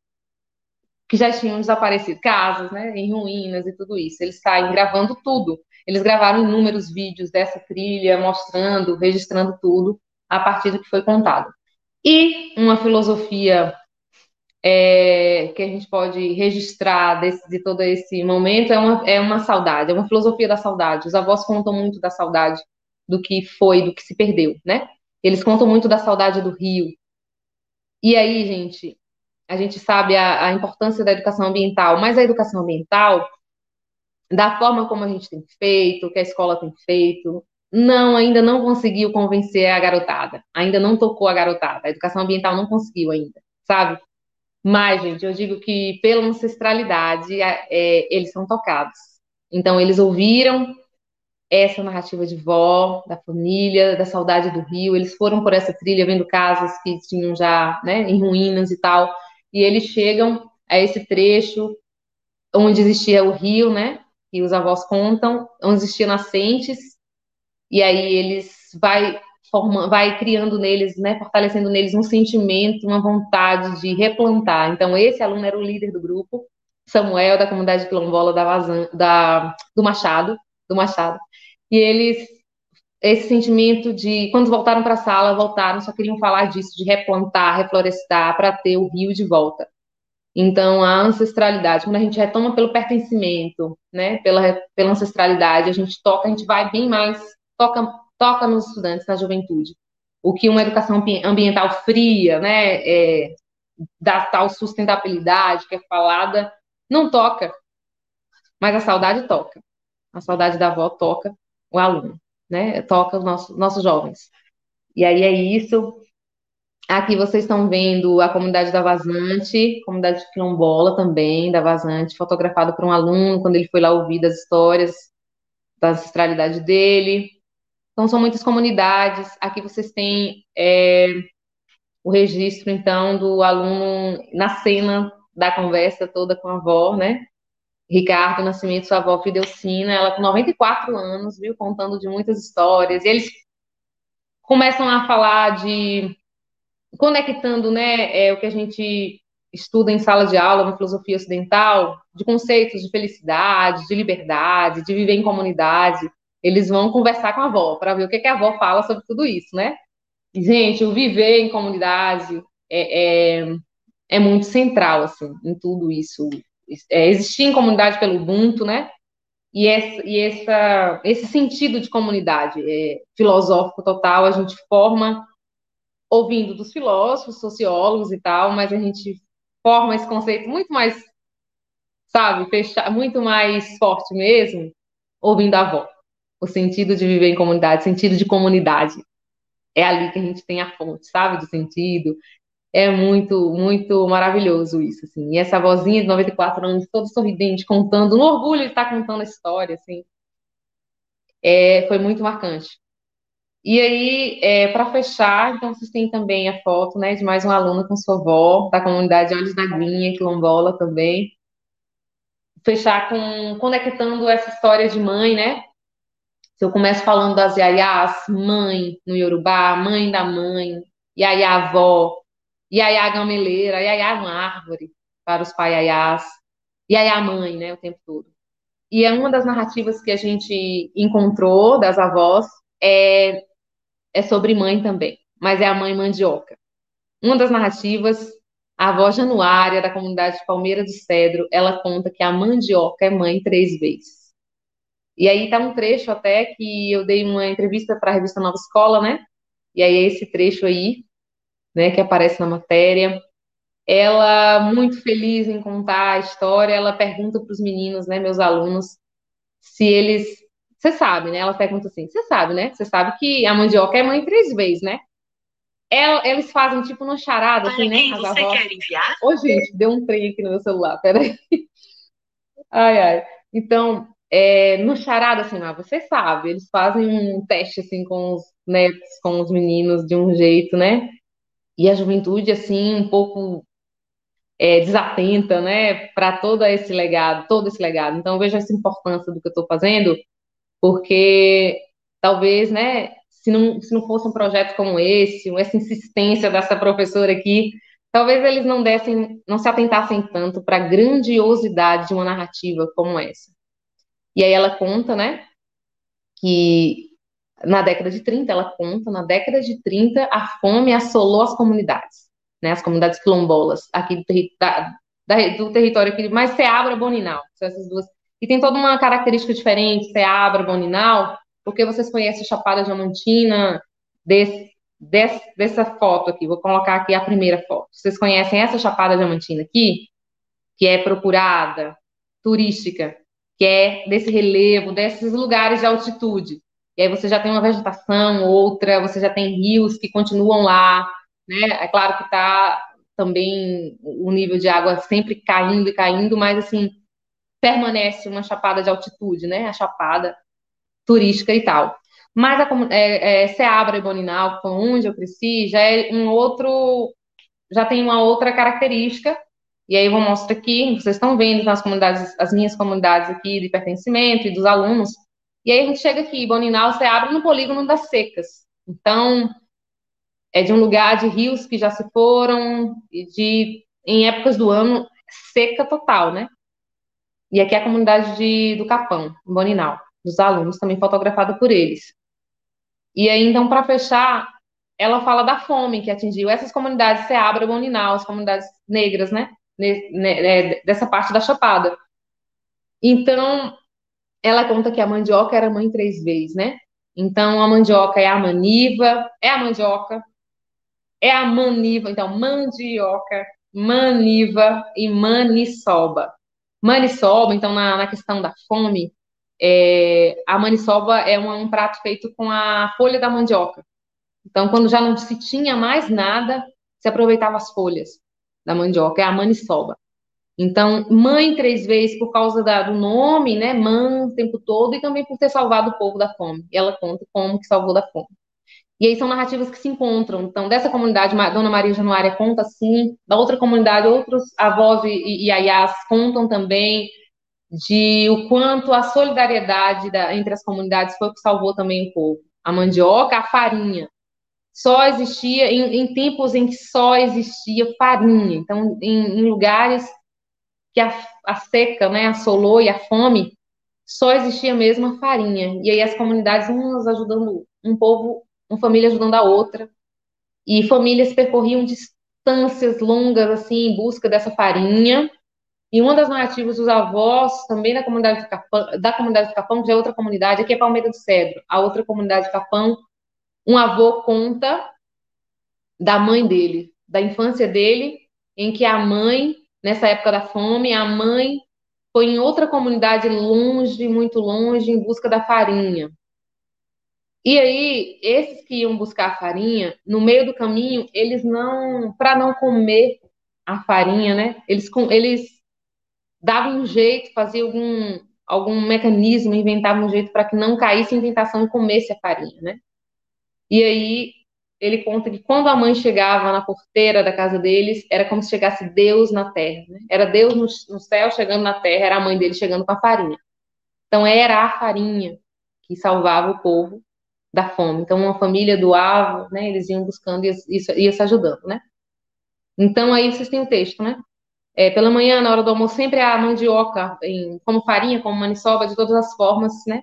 que já tinham desaparecido, casas, né, em ruínas e tudo isso. Eles saem gravando tudo. Eles gravaram inúmeros vídeos dessa trilha, mostrando, registrando tudo a partir do que foi contado. E uma filosofia é, que a gente pode registrar desse, de todo esse momento é uma, é uma saudade, é uma filosofia da saudade. Os avós contam muito da saudade do que foi, do que se perdeu, né? Eles contam muito da saudade do rio. E aí, gente, a gente sabe a, a importância da educação ambiental, mas a educação ambiental, da forma como a gente tem feito, que a escola tem feito, não, ainda não conseguiu convencer a garotada, ainda não tocou a garotada, a educação ambiental não conseguiu ainda, sabe? Mas, gente, eu digo que pela ancestralidade, é, eles são tocados. Então, eles ouviram essa narrativa de vó, da família, da saudade do rio. Eles foram por essa trilha vendo casas que tinham já, né, em ruínas e tal. E eles chegam a esse trecho onde existia o rio, né, que os avós contam, onde existiam nascentes. E aí eles vai formando, vai criando neles, né, fortalecendo neles um sentimento, uma vontade de replantar. Então esse aluno era o líder do grupo, Samuel da comunidade quilombola da, Vazan, da do Machado, do Machado. E eles esse sentimento de quando voltaram para a sala, voltaram, só queriam falar disso, de replantar, reflorestar para ter o rio de volta. Então, a ancestralidade, quando a gente retoma pelo pertencimento, né, pela, pela ancestralidade, a gente toca, a gente vai bem mais, toca, toca nos estudantes, na juventude. O que uma educação ambiental fria, né, é, da tal sustentabilidade que é falada, não toca, mas a saudade toca. A saudade da avó toca o aluno, né, toca os nossos, nossos jovens. E aí é isso. Aqui vocês estão vendo a comunidade da Vazante, comunidade quilombola também, da Vazante, fotografado por um aluno quando ele foi lá ouvir das histórias da ancestralidade dele. Então, são muitas comunidades. Aqui vocês têm é, o registro, então, do aluno na cena da conversa toda com a avó, né? Ricardo Nascimento, sua avó Fidelcina, ela com noventa e quatro anos, viu? Contando de muitas histórias. E eles começam a falar de conectando, né, é, o que a gente estuda em sala de aula, na filosofia ocidental, de conceitos de felicidade, de liberdade, de viver em comunidade. Eles vão conversar com a avó para ver o que, que a avó fala sobre tudo isso, né? E, gente, o viver em comunidade é, é, é muito central, assim, em tudo isso. É, existir em comunidade pelo Ubuntu, né? E, essa, e essa, esse sentido de comunidade é, filosófico total, a gente forma ouvindo dos filósofos, sociólogos e tal, mas a gente forma esse conceito muito mais, sabe, fechar, muito mais forte mesmo, ouvindo a avó. O sentido de viver em comunidade, sentido de comunidade. É ali que a gente tem a fonte, sabe, do sentido. É muito, muito maravilhoso isso, assim. E essa vozinha de noventa e quatro anos, toda sorridente, contando, no orgulho de estar contando a história, assim, é, foi muito marcante. E aí, é, para fechar, então vocês têm também a foto, né, de mais um aluno com sua avó, da comunidade Olhos da Aguinha, quilombola também. Fechar com conectando essa história de mãe, né? Se eu começo falando das iaiás, mãe no Yorubá, mãe da mãe, iaiá avó, iaiá gameleira, iaiá uma árvore para os paiaiás, iaiá mãe, né, o tempo todo. E é uma das narrativas que a gente encontrou das avós é é sobre mãe também, mas é a mãe mandioca. Uma das narrativas, a avó Januária, da comunidade de Palmeira do Cedro, ela conta que a mandioca é mãe três vezes. E aí tá um trecho até que eu dei uma entrevista para a revista Nova Escola, né? E aí é esse trecho aí, né, que aparece na matéria. Ela, muito feliz em contar a história, ela pergunta para os meninos, né, meus alunos, se eles. Você sabe, né? Ela pergunta assim: você sabe, né? Você sabe que a mandioca é mãe três vezes, né? El- Eles fazem tipo uma charada, assim, Para né? quem As você avós. quer enviar? Ô, gente, deu um trem aqui no meu celular, peraí. Ai, ai. Então, é, no charada, assim, ah, você sabe, eles fazem um teste, assim, com os netos, com os meninos, de um jeito, né? E a juventude, assim, um pouco é, desatenta, né, para todo esse legado, todo esse legado. Então, eu vejo essa importância do que eu estou fazendo, porque talvez, né, se não, se não fosse um projeto como esse, essa insistência dessa professora aqui, talvez eles não dessem, não se atentassem tanto para a grandiosidade de uma narrativa como essa. E aí ela conta, né, que na década de trinta, ela conta, na década de trinta, a fome assolou as comunidades, né, as comunidades quilombolas aqui do, terri da, da, do território aqui, mais Ceabra, Boninal, são essas duas. E tem toda uma característica diferente, Ceabra, Boninal, porque vocês conhecem a Chapada Diamantina, desse, desse, dessa foto aqui, vou colocar aqui a primeira foto. Vocês conhecem essa Chapada Diamantina aqui, que é procurada, turística, que é desse relevo, desses lugares de altitude. E aí você já tem uma vegetação, outra, você já tem rios que continuam lá, né? É claro que está também o nível de água sempre caindo e caindo, mas assim, permanece uma chapada de altitude, né? A chapada turística e tal. Mas a é, é, Ceabra e Boninal, que foi onde eu cresci, já é um outro, já tem uma outra característica. E aí eu vou mostrar aqui, vocês estão vendo nas comunidades, as minhas comunidades aqui de pertencimento e dos alunos. E aí a gente chega aqui, Boninal, você abre no polígono das secas. Então, é de um lugar de rios que já se foram, e de, em épocas do ano, seca total, né? E aqui é a comunidade de, do Capão, Boninal, dos alunos, também fotografada por eles. E aí, então, para fechar, ela fala da fome que atingiu essas comunidades, Ceabra, Boninal, as comunidades negras, né? Ne- ne- né, dessa parte da Chapada. Então, ela conta que a mandioca era mãe três vezes, né? Então, a mandioca é a maniva, é a mandioca, é a maniva, então, mandioca, maniva e maniçoba. Maniçoba, então, na, na questão da fome, é, a maniçoba é um, um prato feito com a folha da mandioca. Então, quando já não se tinha mais nada, se aproveitava as folhas da mandioca, é a maniçoba. Então, mãe três vezes por causa da- do nome, né? Mãe o tempo todo e também por ter salvado o povo da fome. E ela conta como que salvou da fome. E aí são narrativas que se encontram. Então, dessa comunidade, Ma- Dona Maria Januária conta assim, da outra comunidade, outros avós e, e, e aiás contam também de o quanto a solidariedade da- entre as comunidades foi o que salvou também o povo. A mandioca, a farinha. Só existia em, em tempos em que só existia farinha. Então, em, em lugares que a, a seca, né, assolou e a fome, só existia mesmo a farinha. E aí as comunidades, umas ajudando um povo, uma família ajudando a outra, e famílias percorriam distâncias longas assim em busca dessa farinha. E uma das narrativas dos avós, também da comunidade de Capão, da comunidade de Capão, que é outra comunidade, aqui é Palmeira do Cedro, a outra comunidade de Capão, um avô conta da mãe dele, da infância dele, em que a mãe, nessa época da fome, a mãe foi em outra comunidade longe, muito longe, em busca da farinha. E aí, esses que iam buscar a farinha, no meio do caminho, eles não, para não comer a farinha, né? Eles, eles davam um jeito, faziam algum, algum mecanismo, inventavam um jeito para que não caísse em tentação e comesse a farinha, né? E aí ele conta que quando a mãe chegava na porteira da casa deles, era como se chegasse Deus na terra, né? Era Deus no, no céu chegando na terra, era a mãe dele chegando com a farinha. Então era a farinha que salvava o povo da fome. Então uma família doava, né? Eles iam buscando e isso ia se ajudando, né? Então aí vocês têm o texto, né? É, pela manhã, na hora do almoço, sempre há mandioca em, como farinha, como maniçoba, de todas as formas, né?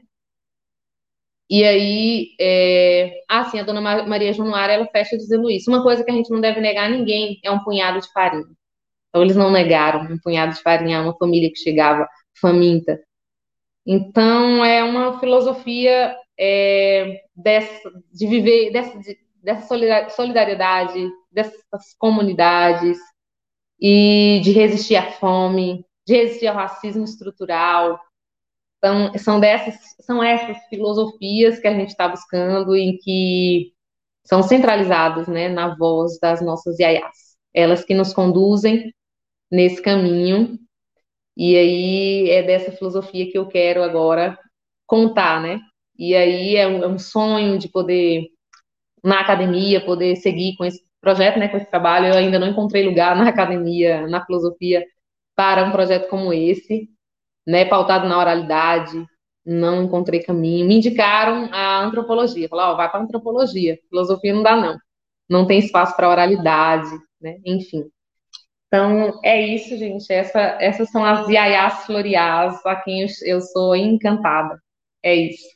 E aí, é... ah, sim, a dona Maria Januária, ela fecha dizendo isso. Uma coisa que a gente não deve negar a ninguém é um punhado de farinha. Então, eles não negaram um punhado de farinha a uma família que chegava faminta. Então, é uma filosofia é, dessa, de viver, dessa, de, dessa solidariedade, dessas comunidades, e de resistir à fome, de resistir ao racismo estrutural. Então, são dessas, são essas filosofias que a gente está buscando e que são centralizadas, né, na voz das nossas iaiás. Elas que nos conduzem nesse caminho. E aí é dessa filosofia que eu quero agora contar, né? E aí é um, é um sonho de poder, na academia, poder seguir com esse projeto, né, com esse trabalho. Eu ainda não encontrei lugar na academia, na filosofia, para um projeto como esse, né, pautado na oralidade. Não encontrei caminho. Me indicaram a antropologia. Falaram, ó, vai para antropologia. Filosofia não dá, não. Não tem espaço para oralidade, né? Enfim. Então, é isso, gente. Essa, essas são as iaiás floreais a quem eu, eu sou encantada. É isso.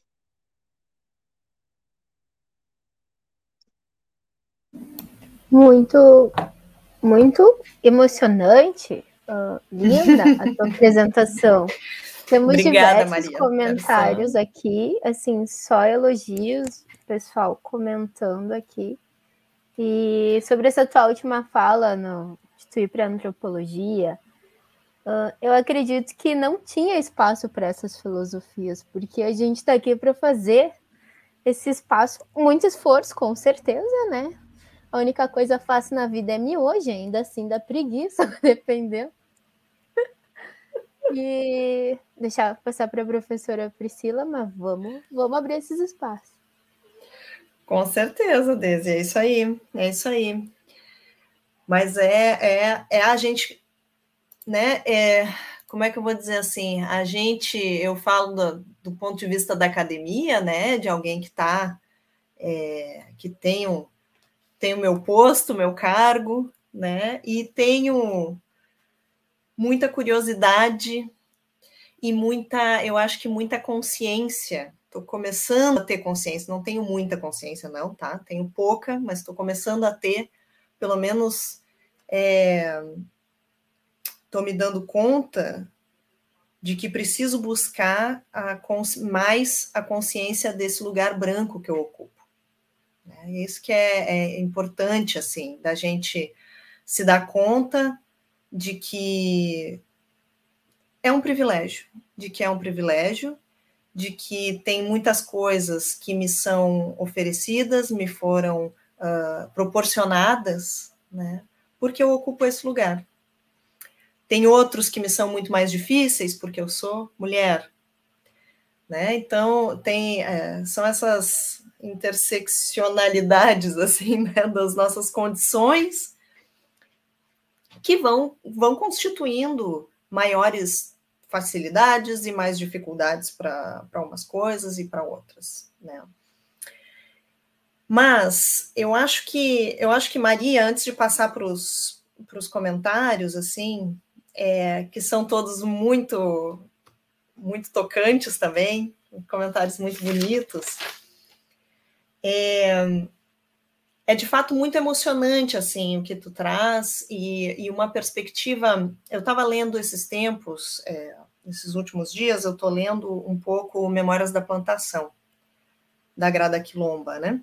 Muito, muito emocionante, uh, linda a tua apresentação. Temos Obrigada, diversos Maria. comentários aqui, assim, só elogios, pessoal comentando aqui. E sobre essa tua última fala, no, de tu ir para antropologia, uh, eu acredito que não tinha espaço para essas filosofias, porque a gente está aqui para fazer esse espaço, muito esforço, com certeza, né? A única coisa fácil na vida é miojo, ainda assim dá preguiça, dependendo. E deixar passar para a professora Priscila, mas vamos, vamos abrir esses espaços. Com certeza, Deise, é isso aí, é isso aí. Mas é, é, é a gente, né, é, como é que eu vou dizer assim, a gente, eu falo do, do ponto de vista da academia, né, de alguém que está, é, que tem o, tem o meu posto, o meu cargo, né, e tenho muita curiosidade e muita, eu acho que muita consciência. Estou começando a ter consciência, não tenho muita consciência, não, tá? Tenho pouca, mas estou começando a ter, pelo menos, estou é, me dando conta de que preciso buscar a mais a consciência desse lugar branco que eu ocupo. É isso que é, é importante, assim, da gente se dar conta de que é um privilégio, de que é um privilégio, de que tem muitas coisas que me são oferecidas, me foram uh, proporcionadas, né, porque eu ocupo esse lugar. Tem outros que me são muito mais difíceis, porque eu sou mulher, né, então tem, é, são essas interseccionalidades, assim, né, das nossas condições, que vão, vão constituindo maiores facilidades e mais dificuldades para umas coisas e para outras, né? Mas eu acho que eu acho que Maria, antes de passar para os comentários, assim, é, que são todos muito muito tocantes também, comentários muito bonitos, é, é de fato muito emocionante, assim, o que tu traz, e, e uma perspectiva. Eu estava lendo esses tempos, é, nesses últimos dias, eu estou lendo um pouco Memórias da Plantação, da Grada Quilomba, né?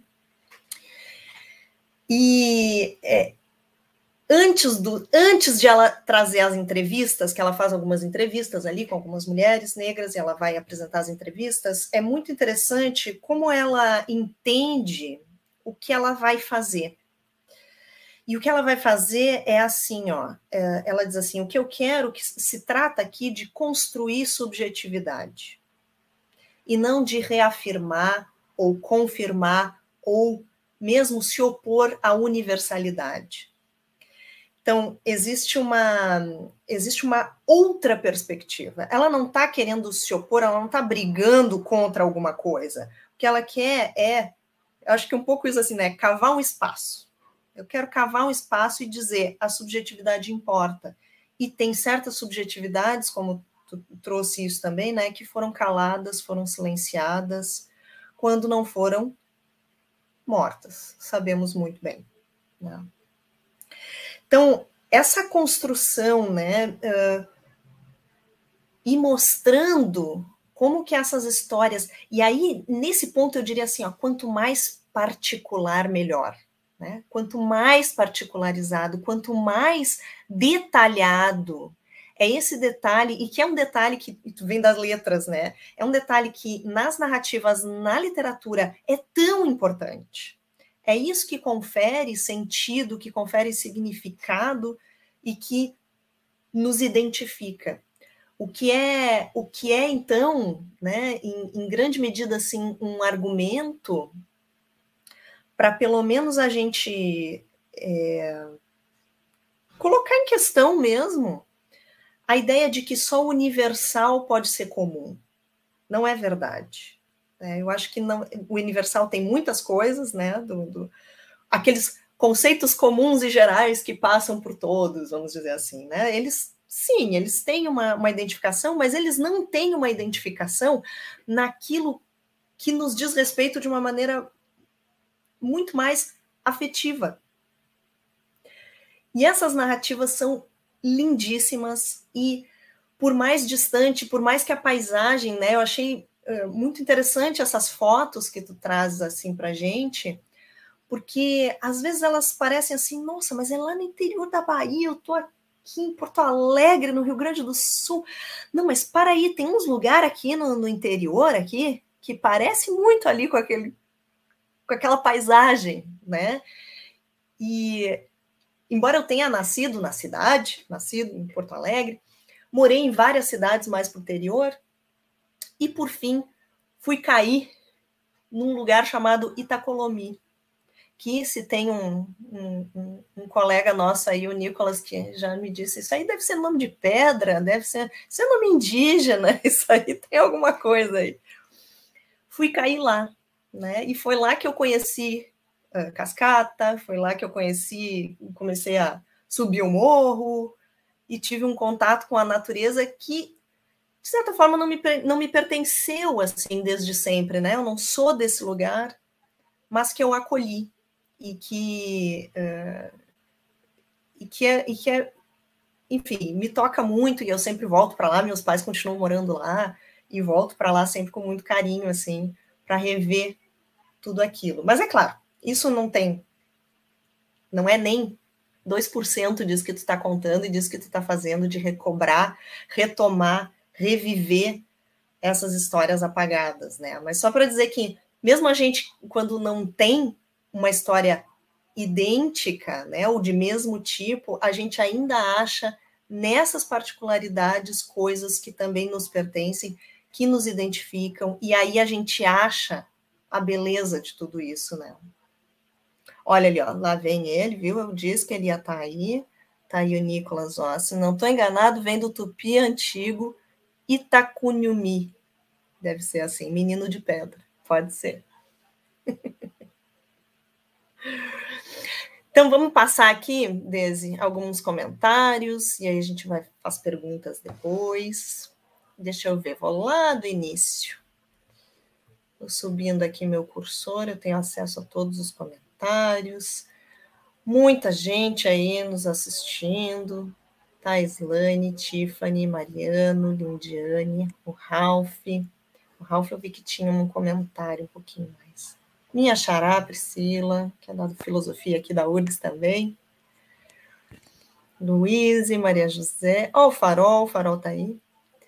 E é, antes, do, antes de ela trazer as entrevistas, que ela faz algumas entrevistas ali com algumas mulheres negras, e ela vai apresentar as entrevistas, é muito interessante como ela entende o que ela vai fazer. E o que ela vai fazer é assim, ó, ela diz assim, o que eu quero, que se trata aqui de construir subjetividade, e não de reafirmar, ou confirmar, ou mesmo se opor à universalidade. Então, existe uma, existe uma outra perspectiva. Ela não está querendo se opor, ela não está brigando contra alguma coisa. O que ela quer é, eu acho que um pouco isso assim, né, cavar um espaço. Eu quero cavar um espaço e dizer, a subjetividade importa. E tem certas subjetividades, como tu trouxe isso também, né, que foram caladas, foram silenciadas, quando não foram mortas. Sabemos muito bem, né? Então, essa construção, né, uh, e mostrando como que essas histórias... E aí, nesse ponto, eu diria assim, ó, quanto mais particular, melhor. Né? Quanto mais particularizado, quanto mais detalhado, é esse detalhe, e que é um detalhe que vem das letras, né? É um detalhe que nas narrativas, na literatura, é tão importante. É isso que confere sentido, que confere significado e que nos identifica. O que é, o que é então, né, em, em grande medida, assim, um argumento para pelo menos a gente é, colocar em questão mesmo a ideia de que só o universal pode ser comum. Não é verdade. É, eu acho que não, o universal tem muitas coisas, né? Do, do, aqueles conceitos comuns e gerais que passam por todos, vamos dizer assim, né? Eles, sim, eles têm uma, uma identificação, mas eles não têm uma identificação naquilo que nos diz respeito de uma maneira muito mais afetiva. E essas narrativas são lindíssimas e, por mais distante, por mais que a paisagem, né? Eu achei uh, muito interessante essas fotos que tu trazes assim pra gente, porque às vezes elas parecem assim, nossa, mas é lá no interior da Bahia, eu tô aqui em Porto Alegre, no Rio Grande do Sul. Não, mas para aí, tem uns lugares aqui no, no interior aqui que parece muito ali com aquele, com aquela paisagem, né? E embora eu tenha nascido na cidade, nascido em Porto Alegre, morei em várias cidades mais para o interior e, por fim, fui cair num lugar chamado Itacolomi, que se tem um, um, um, um colega nosso aí, o Nicolas, que já me disse, isso aí deve ser nome de pedra, deve ser, isso é nome indígena, isso aí tem alguma coisa aí. Fui cair lá, né? E foi lá que eu conheci uh, cascata, foi lá que eu conheci, comecei a subir o morro e tive um contato com a natureza que, de certa forma, não me, não me pertenceu assim desde sempre, né? Eu não sou desse lugar, mas que eu acolhi e que, uh, e que, é, e que é, enfim, me toca muito e eu sempre volto para lá, meus pais continuam morando lá e volto para lá sempre com muito carinho, assim, para rever tudo aquilo. Mas é claro, isso não tem, não é nem dois por cento disso que tu está contando e disso que tu está fazendo, de recobrar, retomar, reviver essas histórias apagadas, né? Mas só para dizer que, mesmo a gente, quando não tem uma história idêntica, né, ou de mesmo tipo, a gente ainda acha nessas particularidades coisas que também nos pertencem, que nos identificam, e aí a gente acha a beleza de tudo isso, né? Olha ali, ó, lá vem ele, viu? Eu disse que ele ia estar aí. Tá aí o Nicolas, ó. Se não estou enganado, vem do tupi antigo Itacunhumi. Deve ser assim, menino de pedra. Pode ser. Então, vamos passar aqui, Desi, alguns comentários, e aí a gente vai fazer perguntas depois. Deixa eu ver, vou lá do início. Estou subindo aqui meu cursor, eu tenho acesso a todos os comentários. Muita gente aí nos assistindo. Taislane, Tiffany, Mariano, Lindiane, o Ralph. O Ralph eu vi que tinha um comentário um pouquinho mais. Minha xará, Priscila, que é da filosofia aqui da U R G S também. Luiz e Maria José. Ó, oh, o Farol, o Farol tá aí.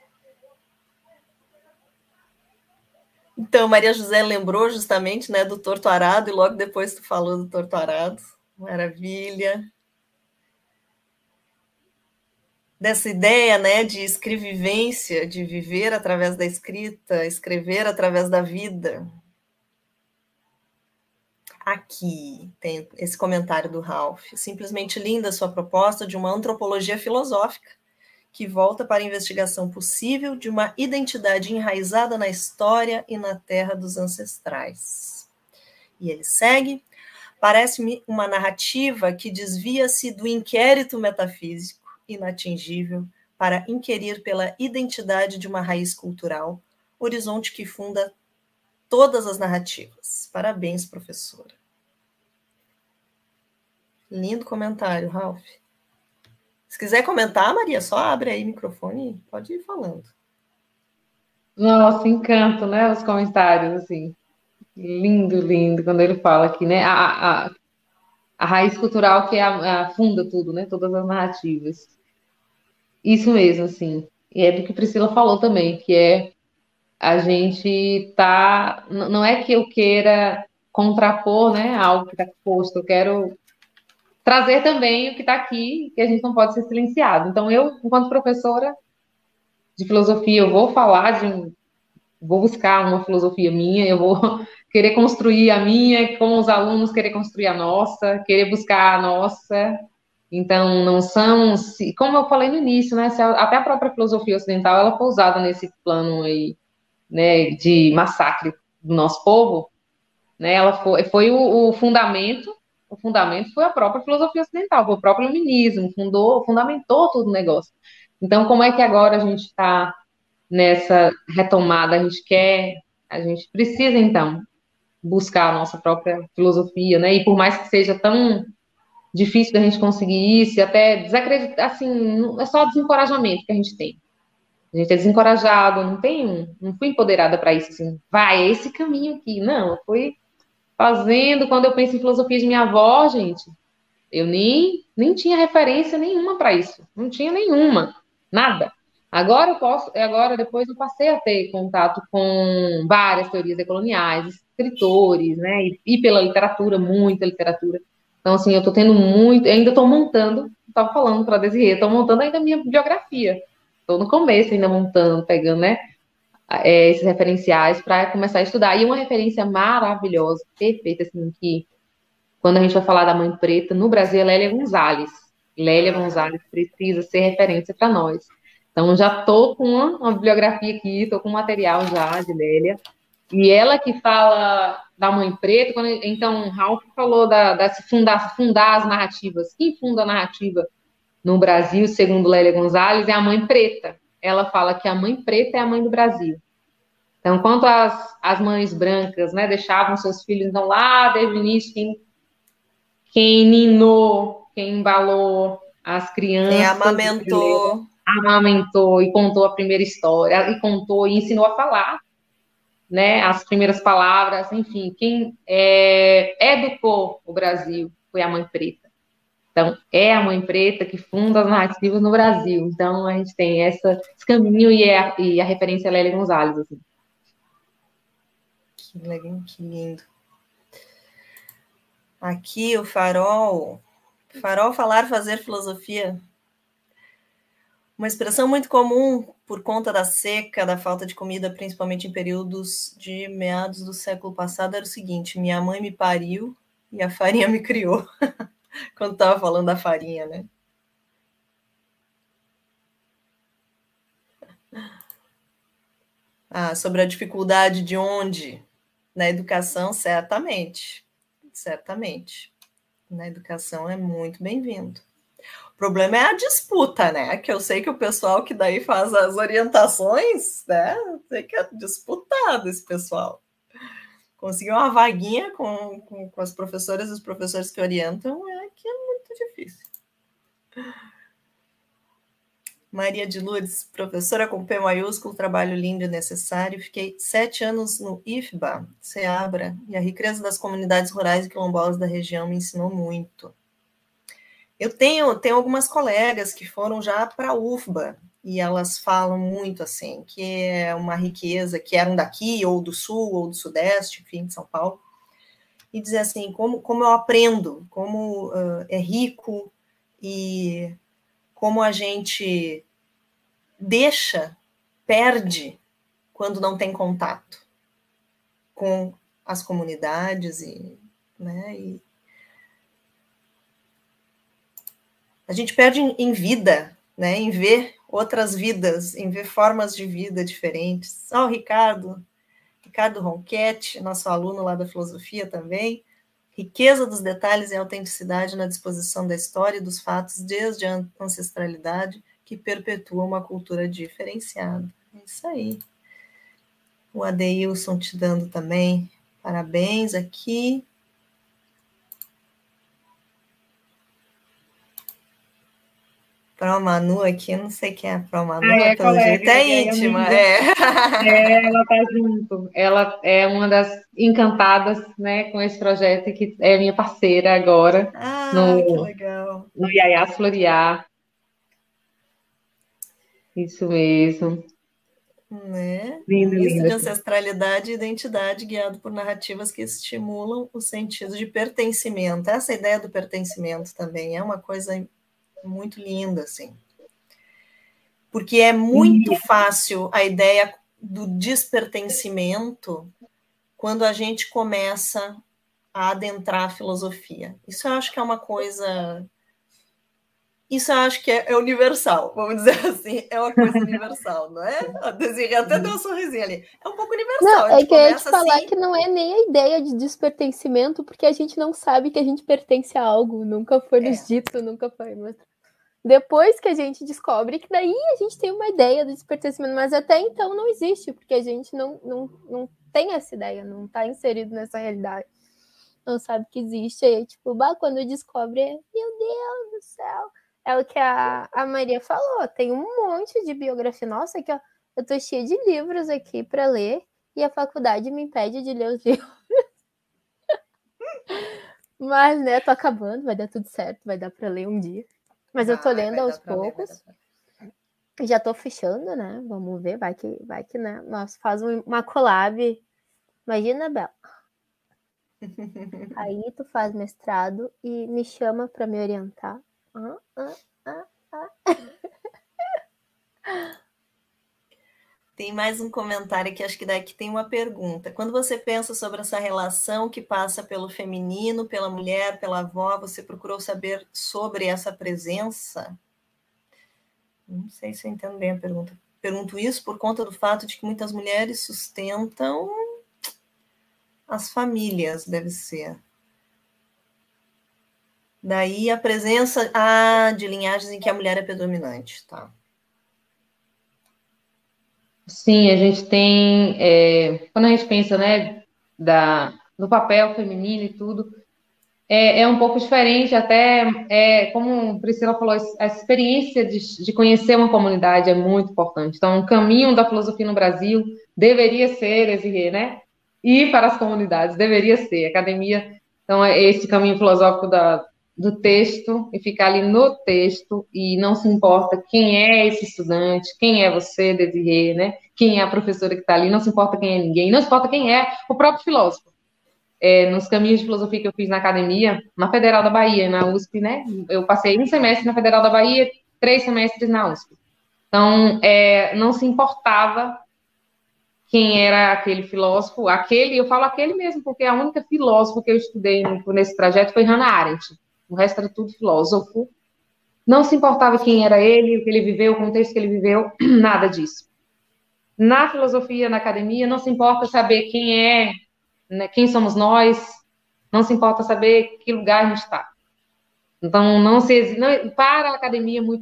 Então, Maria José lembrou justamente, né, do Torto Arado, e logo depois tu falou do Torto Arado. Maravilha. Dessa ideia, né, de escrevivência, de viver através da escrita, escrever através da vida. Aqui tem esse comentário do Ralph. Simplesmente linda a sua proposta de uma antropologia filosófica que volta para a investigação possível de uma identidade enraizada na história e na terra dos ancestrais. E ele segue: parece-me uma narrativa que desvia-se do inquérito metafísico inatingível para inquirir pela identidade de uma raiz cultural, horizonte que funda todas as narrativas. Parabéns, professora. Lindo comentário, Ralph. Se quiser comentar, Maria, só abre aí o microfone e pode ir falando. Nossa, encanto, né? Os comentários, assim. Lindo, lindo, quando ele fala aqui, né? A, a, a raiz cultural que é a, a funda tudo, né? Todas as narrativas. Isso mesmo, assim. E é do que Priscila falou também, que é a gente tá. Não é que eu queira contrapor, né, algo que está posto, eu quero trazer também o que está aqui, que a gente não pode ser silenciado. Então, eu, enquanto professora de filosofia, eu vou falar de, vou buscar uma filosofia minha, eu vou querer construir a minha, com os alunos querer construir a nossa, querer buscar a nossa. Então, não são, se- como eu falei no início, né, se a- até a própria filosofia ocidental, ela foi usada nesse plano aí, né, de massacre do nosso povo, né, ela foi, foi o, o fundamento, o fundamento foi a própria filosofia ocidental, foi o próprio iluminismo, fundou, fundamentou todo o negócio. Então, como é que agora a gente está nessa retomada, a gente quer, a gente precisa, então, buscar a nossa própria filosofia, né, e por mais que seja tão difícil da gente conseguir isso, e até desacreditar, assim, não- é só desencorajamento que a gente tem. A gente é desencorajado, não tem, um- não fui empoderada para isso, assim, vai, é esse caminho aqui. Não, eu fui fazendo, quando eu penso em filosofia de minha avó, gente, eu nem, nem tinha referência nenhuma para isso, não tinha nenhuma, nada. Agora eu posso, agora depois eu passei a ter contato com várias teorias decoloniais, escritores, né, e, e pela literatura, muita literatura. Então, assim, eu estou tendo muito, ainda estou montando, estava falando para a Desirê, estou montando ainda a minha biografia. Estou no começo ainda montando, pegando, né, é, esses referenciais para começar a estudar. E uma referência maravilhosa, perfeita, assim, que quando a gente vai falar da Mãe Preta, no Brasil é Lélia Gonzalez. Lélia Gonzalez precisa ser referência para nós. Então, já estou com uma, uma bibliografia aqui, estou com material já de Lélia. E ela que fala da Mãe Preta, quando, então, Ralph falou da, da se fundar, fundar as narrativas. Quem funda a narrativa no Brasil, segundo Lélia Gonzalez, é a Mãe Preta. Ela fala que a Mãe Preta é a mãe do Brasil. Então, enquanto as, as mães brancas, né, deixavam seus filhos, então, lá desde o início, quem quem ninou, quem embalou as Quem crianças brasileiras, amamentou. amamentou e contou a primeira história, e contou e ensinou a falar, né, as primeiras palavras, enfim, quem é, educou o Brasil foi a Mãe Preta. Então, é a Mãe Preta que funda as narrativas no Brasil. Então, a gente tem essa, esse caminho e, é, e a referência é Lélia Gonzalez. Assim. Que legal, que lindo. Aqui o farol. Farol falar, fazer filosofia. Uma expressão muito comum por conta da seca, da falta de comida, principalmente em períodos de meados do século passado, era o seguinte: minha mãe me pariu e a farinha me criou. Quando estava falando da farinha, né? Ah, sobre a dificuldade de onde? Na educação, certamente. Certamente. Na educação é muito bem-vindo. O problema é a disputa, né? Que eu sei que o pessoal que daí faz as orientações, né? Sei que é disputado esse pessoal. Conseguir uma vaguinha com, com, com as professoras e os professores que orientam é que é muito difícil. Maria de Lourdes, professora com P maiúsculo, trabalho lindo e necessário. Fiquei sete anos no I F B A, Seabra, e a riqueza das comunidades rurais e quilombolas da região me ensinou muito. Eu tenho, tenho algumas colegas que foram já para a U F B A, e elas falam muito assim, que é uma riqueza, que eram daqui, ou do sul, ou do sudeste, enfim, de São Paulo, e dizer assim, como, como eu aprendo, como uh, é rico, e como a gente deixa, perde, quando não tem contato com as comunidades, e, né, e a gente perde em vida, né, em ver outras vidas, em ver formas de vida diferentes. Ó, oh, o Ricardo, Ricardo Ronchetti, nosso aluno lá da filosofia também. Riqueza dos detalhes e autenticidade na disposição da história e dos fatos desde a ancestralidade que perpetua uma cultura diferenciada. É isso aí. O Adeilson te dando também parabéns aqui. Para a Manu aqui, não sei quem é a Pro Manu, Ah, é, mas pelo colega, jeito é é íntima, amiga. é. É, ela tá junto. Ela é uma das encantadas, né, com esse projeto e que é minha parceira agora Ah, que no, legal. no Iaiás Florear. Isso mesmo. Né? Um Lindo, misto de lindo. ancestralidade e identidade guiado por narrativas que estimulam o sentido de pertencimento. Essa ideia do pertencimento também é uma coisa muito linda, assim. Porque é muito E fácil a ideia do despertencimento quando a gente começa a adentrar a filosofia. Isso eu acho que é uma coisa... Isso eu acho que é, é universal, vamos dizer assim. É uma coisa universal, não é? A Desirê até deu um sorrisinho ali. É um pouco universal. Não, é que eu ia te falar assim... que não é nem a ideia de despertencimento, porque a gente não sabe que a gente pertence a algo. Nunca foi nos é. dito, nunca foi mostrado. Depois que a gente descobre que daí a gente tem uma ideia do despertencimento, mas até então não existe, porque a gente não, não, não tem essa ideia, não está inserido nessa realidade. Não sabe que existe. Aí, tipo, bah, quando descobre, meu Deus do céu. É o que a, a Maria falou, tem um monte de biografia. Nossa, aqui, ó, eu tô cheia de livros aqui para ler e a faculdade me impede de ler os livros. Mas, né, tô acabando, vai dar tudo certo, vai dar para ler um dia. Mas vai, eu tô lendo aos poucos. Ler, já tô fechando, né? Vamos ver, vai que, vai que né? Nós faz uma collab. Imagina, Bela. Aí tu faz mestrado e me chama para me orientar. Ah, ah, ah, ah. Tem mais um comentário que acho que daqui tem uma pergunta. Quando você pensa sobre essa relação que passa pelo feminino, pela mulher, pela avó, você procurou saber sobre essa presença? Não sei se eu entendo bem a pergunta. Pergunto isso por conta do fato de que muitas mulheres sustentam as famílias, deve ser. Daí a presença ah, de linhagens em que a mulher é predominante, tá? Sim, a gente tem, é, quando a gente pensa, né, da, do papel feminino e tudo, é, é um pouco diferente, até, é, como Priscila falou, a experiência de, de conhecer uma comunidade é muito importante. Então, o caminho da filosofia no Brasil deveria ser, Desirê, né, ir para as comunidades, deveria ser, academia. Então, é esse caminho filosófico da, do texto e ficar ali no texto e não se importa quem é esse estudante, quem é você, Desirê, né? Quem é a professora que está ali, não se importa quem é ninguém, não se importa quem é o próprio filósofo. É, nos caminhos de filosofia que eu fiz na academia, na Federal da Bahia, na U S P, né? Eu passei um semestre na Federal da Bahia, três semestres na U S P. Então, é, não se importava quem era aquele filósofo, aquele, eu falo aquele mesmo, porque a única filósofo que eu estudei nesse trajeto foi Hannah Arendt. O resto era tudo filósofo. Não se importava quem era ele, o que ele viveu, o contexto que ele viveu, nada disso. Na filosofia, na academia, não se importa saber quem é, né, quem somos nós, não se importa saber que lugar a gente está. Então, não se não, para a academia, muito,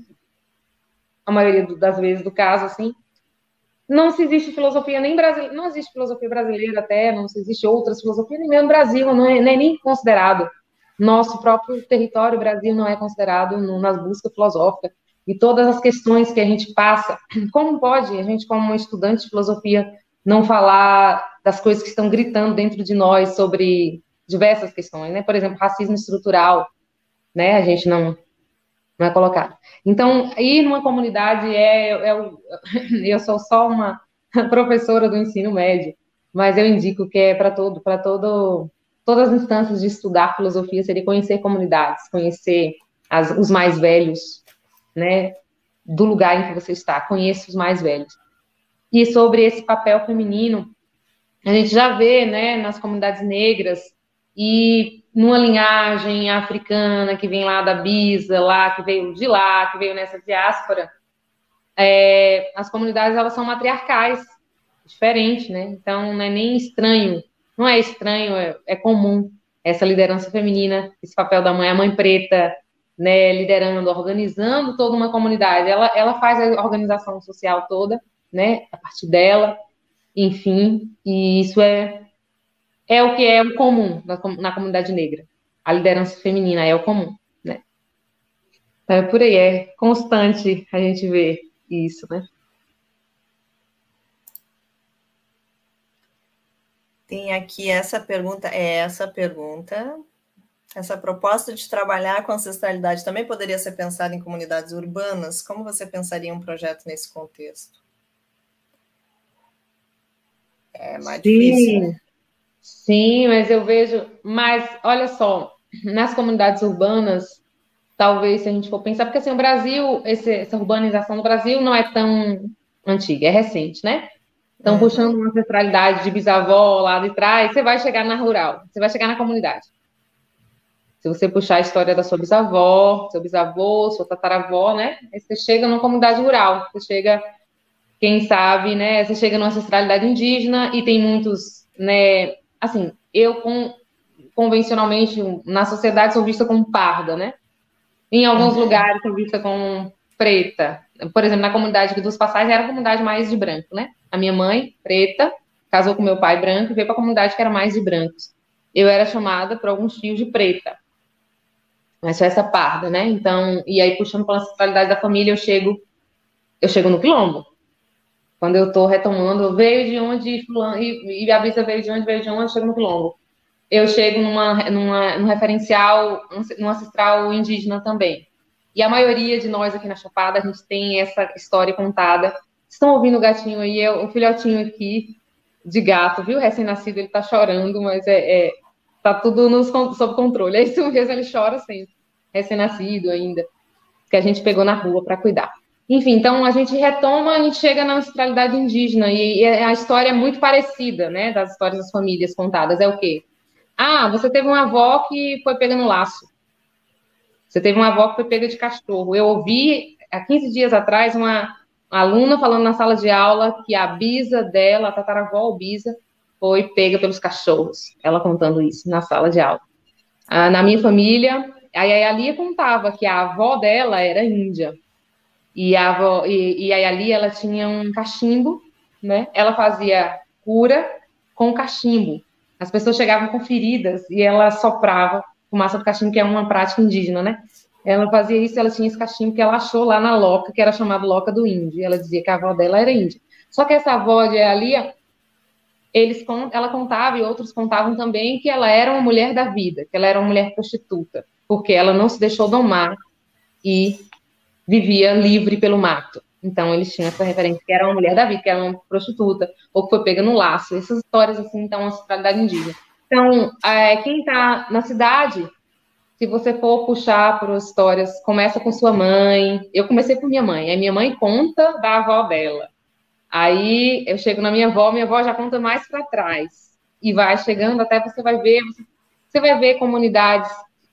a maioria das vezes do caso, assim, não se existe filosofia nem brasileira, não existe filosofia brasileira até, não se existe outras filosofias, nem mesmo no Brasil, não é, não é nem considerado. Nosso próprio território, o Brasil, não é considerado no, nas buscas filosóficas. E todas as questões que a gente passa, como pode a gente, como estudante de filosofia, não falar das coisas que estão gritando dentro de nós sobre diversas questões, né? Por exemplo, racismo estrutural, né? A gente não, não é colocado. Então, ir numa comunidade é, é, é eu sou só uma professora do ensino médio, mas eu indico que é para todo, para todo, todas as instâncias de estudar filosofia seria conhecer comunidades, conhecer as, os mais velhos, né, do lugar em que você está, conheça os mais velhos. E sobre esse papel feminino, a gente já vê, né, nas comunidades negras e numa linhagem africana que vem lá da Bisa, lá que veio de lá, que veio nessa diáspora, é, as comunidades elas são matriarcais, diferente, né? Então não é nem estranho, não é estranho, é, é comum essa liderança feminina, esse papel da mãe, a mãe preta, né, liderando, organizando toda uma comunidade. Ela, ela faz a organização social toda, né, a partir dela, enfim, e isso é, é o que é o comum na, na comunidade negra. A liderança feminina é o comum, né? Então, é por aí, é constante a gente ver isso, né? Tem aqui essa pergunta, é essa pergunta, essa proposta de trabalhar com ancestralidade também poderia ser pensada em comunidades urbanas? Como você pensaria um projeto nesse contexto? É mais Sim, difícil, né? Sim, mas eu vejo, mas olha só, nas comunidades urbanas, talvez se a gente for pensar, porque assim, o Brasil, esse, essa urbanização do Brasil não é tão antiga, é recente, né? Então, Uhum. puxando uma ancestralidade de bisavó lá de trás, você vai chegar na rural, você vai chegar na comunidade. Se você puxar a história da sua bisavó, seu bisavô, sua tataravó, né? Aí você chega numa comunidade rural, você chega, quem sabe, né? Você chega numa ancestralidade indígena e tem muitos, né? Assim, eu com, convencionalmente na sociedade sou vista como parda, né? Em alguns Uhum. lugares sou vista como preta. Por exemplo, na comunidade dos Passais era a comunidade mais de branco, né? A minha mãe, preta, casou com meu pai branco e veio para a comunidade que era mais de brancos. Eu era chamada por alguns tios de preta. Mas só essa parda, né? Então, e aí puxando pela ancestralidade da família, eu chego, eu chego no quilombo. Quando eu tô retomando, veio de onde fulano, e, e a vista veio de onde, veio de onde, eu chego no quilombo. Eu chego numa, numa, num referencial, num ancestral indígena também. E a maioria de nós aqui na Chapada, a gente tem essa história contada. Estão ouvindo o gatinho aí, é o filhotinho aqui de gato, viu? Recém-nascido, ele tá chorando, mas é, é tá tudo nos, sob controle. É isso mesmo, ele chora sempre. Recém-nascido ainda, que a gente pegou na rua para cuidar. Enfim, então a gente retoma, a gente chega na ancestralidade indígena e, e a história é muito parecida, né, das histórias das famílias contadas. É o quê? Ah, você teve uma avó que foi pega no laço. Você teve uma avó que foi pega de cachorro. Eu ouvi há quinze dias atrás uma aluna falando na sala de aula que a bisa dela, a tataravó bisa, foi pega pelos cachorros. Ela contando isso na sala de aula. Ah, na minha família, a Yayalia contava que a avó dela era índia. E a, avó, e, e a Yayalia, ela tinha um cachimbo, né? Ela fazia cura com cachimbo. As pessoas chegavam com feridas e ela soprava fumaça do cachimbo, que é uma prática indígena, né? Ela fazia isso, ela tinha esse cachimbo que ela achou lá na loca, que era chamada loca do índio. E ela dizia que a avó dela era índia. Só que essa avó de Yayalia, eles, ela contava e outros contavam também que ela era uma mulher da vida, que ela era uma mulher prostituta, porque ela não se deixou domar e vivia livre pelo mato. Então eles tinham essa referência que era uma mulher da vida, que era uma prostituta, ou que foi pega no laço. Essas histórias assim, então, a ancestralidade indígena. Então, é, quem está na cidade, se você for puxar por histórias, começa com sua mãe. Eu comecei por minha mãe. Aí minha mãe conta da avó dela. Aí eu chego na minha avó, minha avó já conta mais para trás. E vai chegando até você vai ver, você vai ver comunidades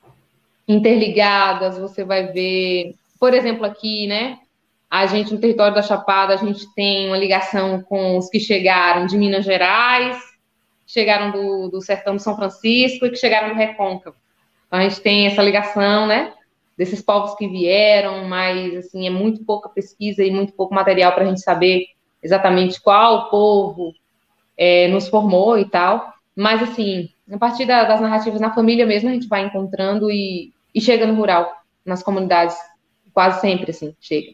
interligadas, você vai ver, por exemplo, aqui, né? A gente, no território da Chapada, a gente tem uma ligação com os que chegaram de Minas Gerais, chegaram do, do sertão de São Francisco e que chegaram do Recôncavo. Então, a gente tem essa ligação, né? Desses povos que vieram, mas, assim, é muito pouca pesquisa e muito pouco material para a gente saber exatamente qual povo é, nos formou e tal. Mas, assim, a partir da, das narrativas na família mesmo, a gente vai encontrando e, e chega no rural, nas comunidades, quase sempre, assim, chega.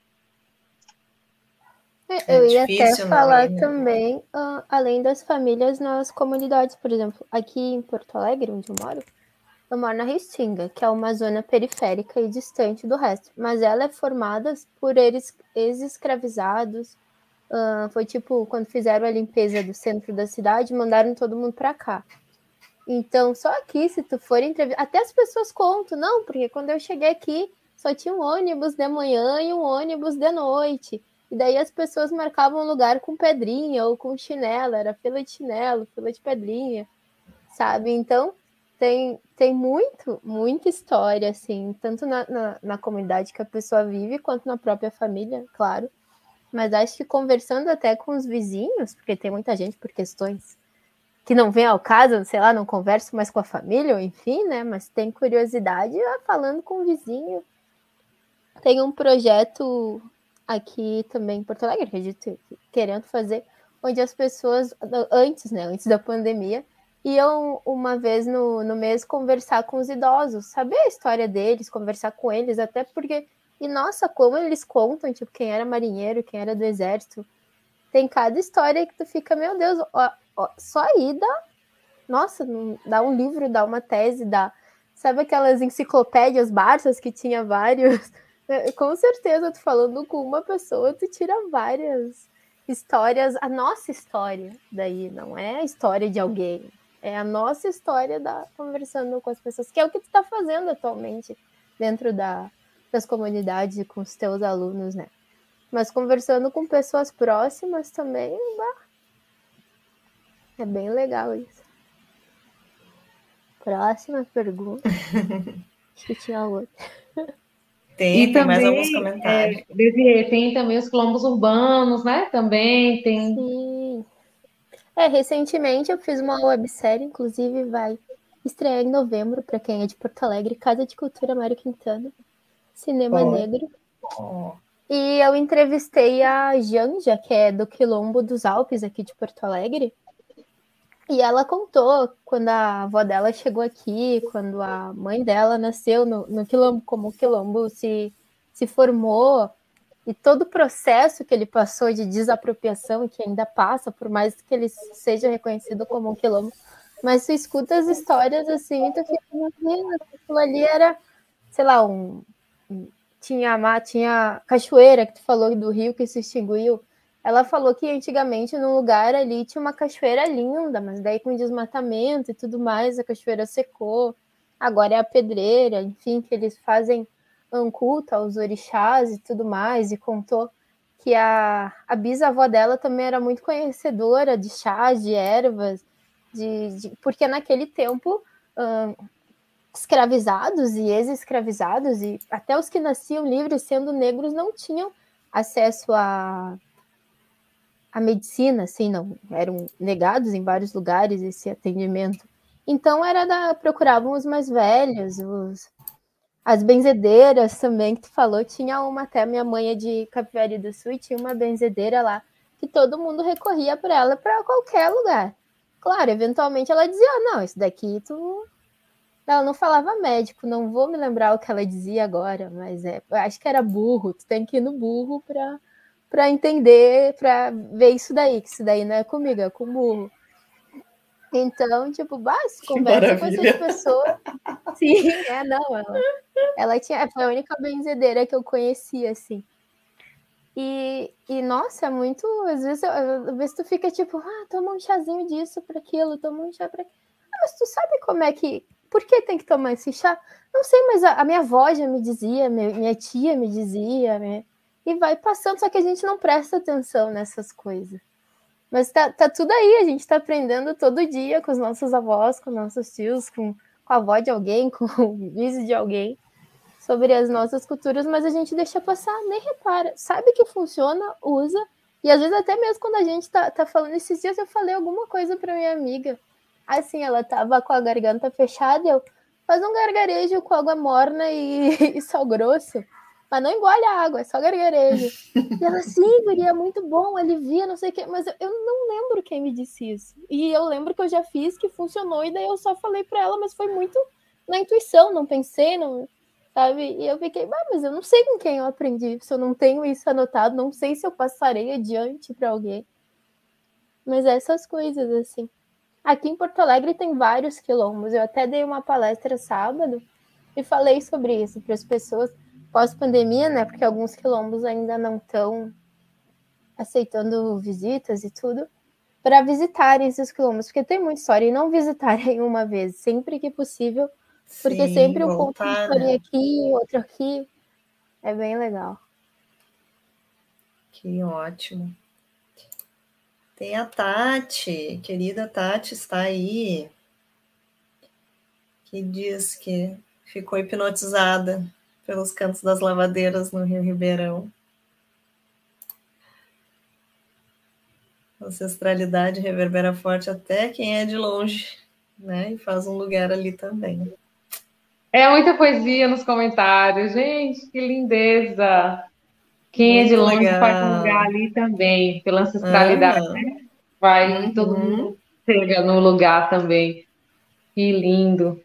Eu É ia até difícil, não falar é, né? também, uh, além das famílias, nas comunidades, por exemplo, aqui em Porto Alegre, onde eu moro, eu moro na Restinga, que é uma zona periférica e distante do resto, mas ela é formada por eles ex-escravizados. Uh, foi tipo, quando fizeram a limpeza do centro da cidade, mandaram todo mundo para cá. Então, só aqui, se tu for entrevistar, até as pessoas contam, não, porque quando eu cheguei aqui, só tinha um ônibus de manhã e um ônibus de noite. E daí as pessoas marcavam lugar com pedrinha ou com chinelo, era fila de chinelo, fila de pedrinha, sabe? Então, tem, tem muito, muita história, assim, tanto na, na, na comunidade que a pessoa vive, quanto na própria família, claro. Mas acho que conversando até com os vizinhos, porque tem muita gente por questões que não vem ao caso, sei lá, não converso mais com a família, ou enfim, né? Mas tem curiosidade, falando com o vizinho. Tem um projeto aqui também em Porto Alegre, acredito, querendo fazer, onde as pessoas, antes, né, antes da pandemia, iam uma vez no, no mês conversar com os idosos, saber a história deles, conversar com eles, até porque, e nossa, como eles contam, tipo, quem era marinheiro, quem era do exército, tem cada história que tu fica, meu Deus, ó, ó, só aí dá, nossa, dá um livro, dá uma tese, dá, sabe aquelas enciclopédias Barças que tinha vários... Com certeza, tu falando com uma pessoa, tu tira várias histórias, a nossa história daí, não é a história de alguém, é a nossa história da, conversando com as pessoas, que é o que tu tá fazendo atualmente dentro da, das comunidades e com os teus alunos, né? Mas conversando com pessoas próximas também, bah, é bem legal isso. Próxima pergunta. Acho que tinha outra. Tem, E tem mais alguns também, comentários. é, Desirê, tem também os quilombos urbanos, né? Também tem. Sim. É, recentemente eu fiz uma websérie, inclusive vai estrear em novembro, para quem é de Porto Alegre, Casa de Cultura Mário Quintana, Cinema Oh. Negro. Oh. E eu entrevistei a Janja, que é do Quilombo dos Alpes, aqui de Porto Alegre. E ela contou quando a avó dela chegou aqui, quando a mãe dela nasceu no, no Quilombo, como o Quilombo se, se formou, e todo o processo que ele passou de desapropriação e que ainda passa, por mais que ele seja reconhecido como um Quilombo. Mas tu escuta as histórias assim, e tu fica, meu Deus, aquilo ali era, sei lá, um, um tinha, tinha cachoeira, que tu falou do rio que se extinguiu. Ela falou que antigamente num lugar ali tinha uma cachoeira linda, mas daí com desmatamento e tudo mais, a cachoeira secou. Agora é a pedreira, enfim, que eles fazem um culto aos orixás e tudo mais, e contou que a, a bisavó dela também era muito conhecedora de chás, de ervas, de, de, porque naquele tempo hum, escravizados e ex-escravizados, e até os que nasciam livres sendo negros não tinham acesso a a medicina, assim, não, eram negados em vários lugares esse atendimento. Então era da, procuravam os mais velhos, os, as benzedeiras também que tu falou, tinha uma até, minha mãe é de Capivari do Sul, e tinha uma benzedeira lá que todo mundo recorria para ela para qualquer lugar. Claro, eventualmente ela dizia, ah, não, isso daqui tu... Ela não falava médico, não vou me lembrar o que ela dizia agora, mas é, acho que era burro, tu tem que ir no burro para para entender, para ver isso daí, que isso daí não é comigo, é com o burro. Então, tipo, basta, conversa com essas pessoas. Sim, é, não, ela, ela tinha, foi a única benzedeira que eu conhecia, assim. E, e nossa, é muito, às vezes, às vezes tu fica tipo, ah, toma um chazinho disso para aquilo, toma um chá para aquilo. Ah, mas tu sabe como é que, por que tem que tomar esse chá? Não sei, mas a, a minha avó já me dizia, minha, minha tia me dizia, né? E vai passando, só que a gente não presta atenção nessas coisas. Mas tá, tá tudo aí, a gente tá aprendendo todo dia com os nossos avós, com nossos tios, com, com a avó de alguém, com o vice de alguém, sobre as nossas culturas, mas a gente deixa passar, nem repara. Sabe que funciona, usa, e às vezes até mesmo quando a gente tá, tá falando, esses dias eu falei alguma coisa pra minha amiga, assim, ela tava com a garganta fechada, e eu, faz um gargarejo com água morna e, e sal grosso, mas não engole a água, é só gargarejo. E ela, sim, guria, é muito bom, alivia, não sei o quê. Mas eu, eu não lembro quem me disse isso. E eu lembro que eu já fiz, que funcionou, e daí eu só falei pra ela, mas foi muito na intuição, não pensei, não, sabe? E eu fiquei, ah, mas eu não sei com quem eu aprendi, se eu não tenho isso anotado, não sei se eu passarei adiante pra alguém. Mas essas coisas, assim. Aqui em Porto Alegre tem vários quilombos. Eu até dei uma palestra sábado e falei sobre isso para as pessoas pós-pandemia, né? Porque alguns quilombos ainda não estão aceitando visitas e tudo, para visitarem esses quilombos, porque tem muita história, e não visitarem uma vez, sempre que possível, porque Sim, sempre um voltar, ponto de historinha né? aqui, outro aqui, é bem legal. Que ótimo. Tem a Tati, querida Tati, está aí, que diz que ficou hipnotizada pelos cantos das lavadeiras no Rio Ribeirão. A ancestralidade reverbera forte até quem é de longe, né? E faz um lugar ali também. É muita poesia nos comentários, gente, que lindeza! Quem Muito é de longe legal. faz um lugar ali também, pela ancestralidade, Uhum. né? Vai, Uhum. todo mundo chega no lugar também. Que lindo.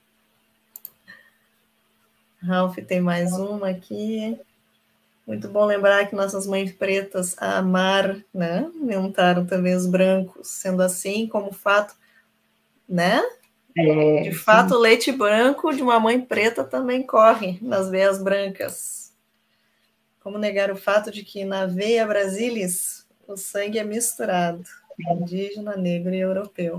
Ralph tem mais uma aqui. Muito bom lembrar que nossas mães pretas a amar, né? Aumentaram também os brancos, sendo assim como fato, né? É, De fato, o leite branco de uma mãe preta também corre nas veias brancas. Como negar o fato de que na veia brasilis o sangue é misturado, indígena, negro e europeu.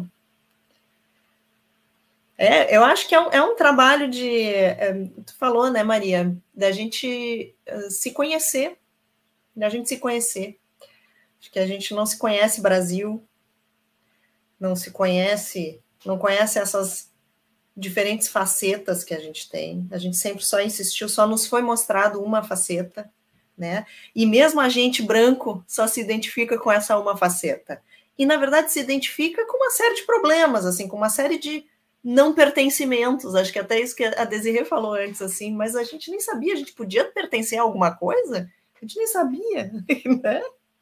É, eu acho que é um, é um trabalho de, é, tu falou, né, Maria, da gente uh, se conhecer, da gente se conhecer. Acho que a gente não se conhece Brasil, não se conhece, não conhece essas diferentes facetas que a gente tem. A gente sempre só insistiu, só nos foi mostrado uma faceta, né? E mesmo a gente branco só se identifica com essa uma faceta. E, na verdade, se identifica com uma série de problemas, assim, com uma série de não pertencimentos. Acho que até isso que a Desirê falou antes, assim, mas a gente nem sabia, a gente podia pertencer a alguma coisa? A gente nem sabia, né?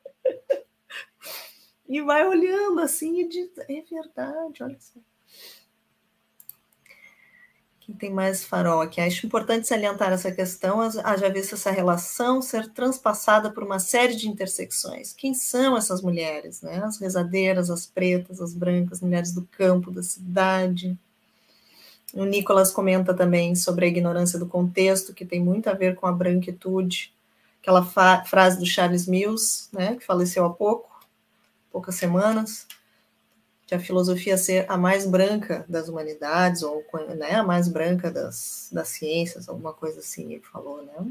E vai olhando assim e diz, é verdade, olha só. Quem tem mais farol aqui? Acho importante salientar essa questão, haja visto essa relação ser transpassada por uma série de intersecções. Quem são essas mulheres? Né? As rezadeiras, as pretas, as brancas, mulheres do campo, da cidade. O Nicolas comenta também sobre a ignorância do contexto, que tem muito a ver com a branquitude. Aquela frase do Charles Mills, né, que faleceu há pouco, poucas semanas, de a filosofia ser a mais branca das humanidades, ou, né, a mais branca das, das ciências, alguma coisa assim, ele falou, né?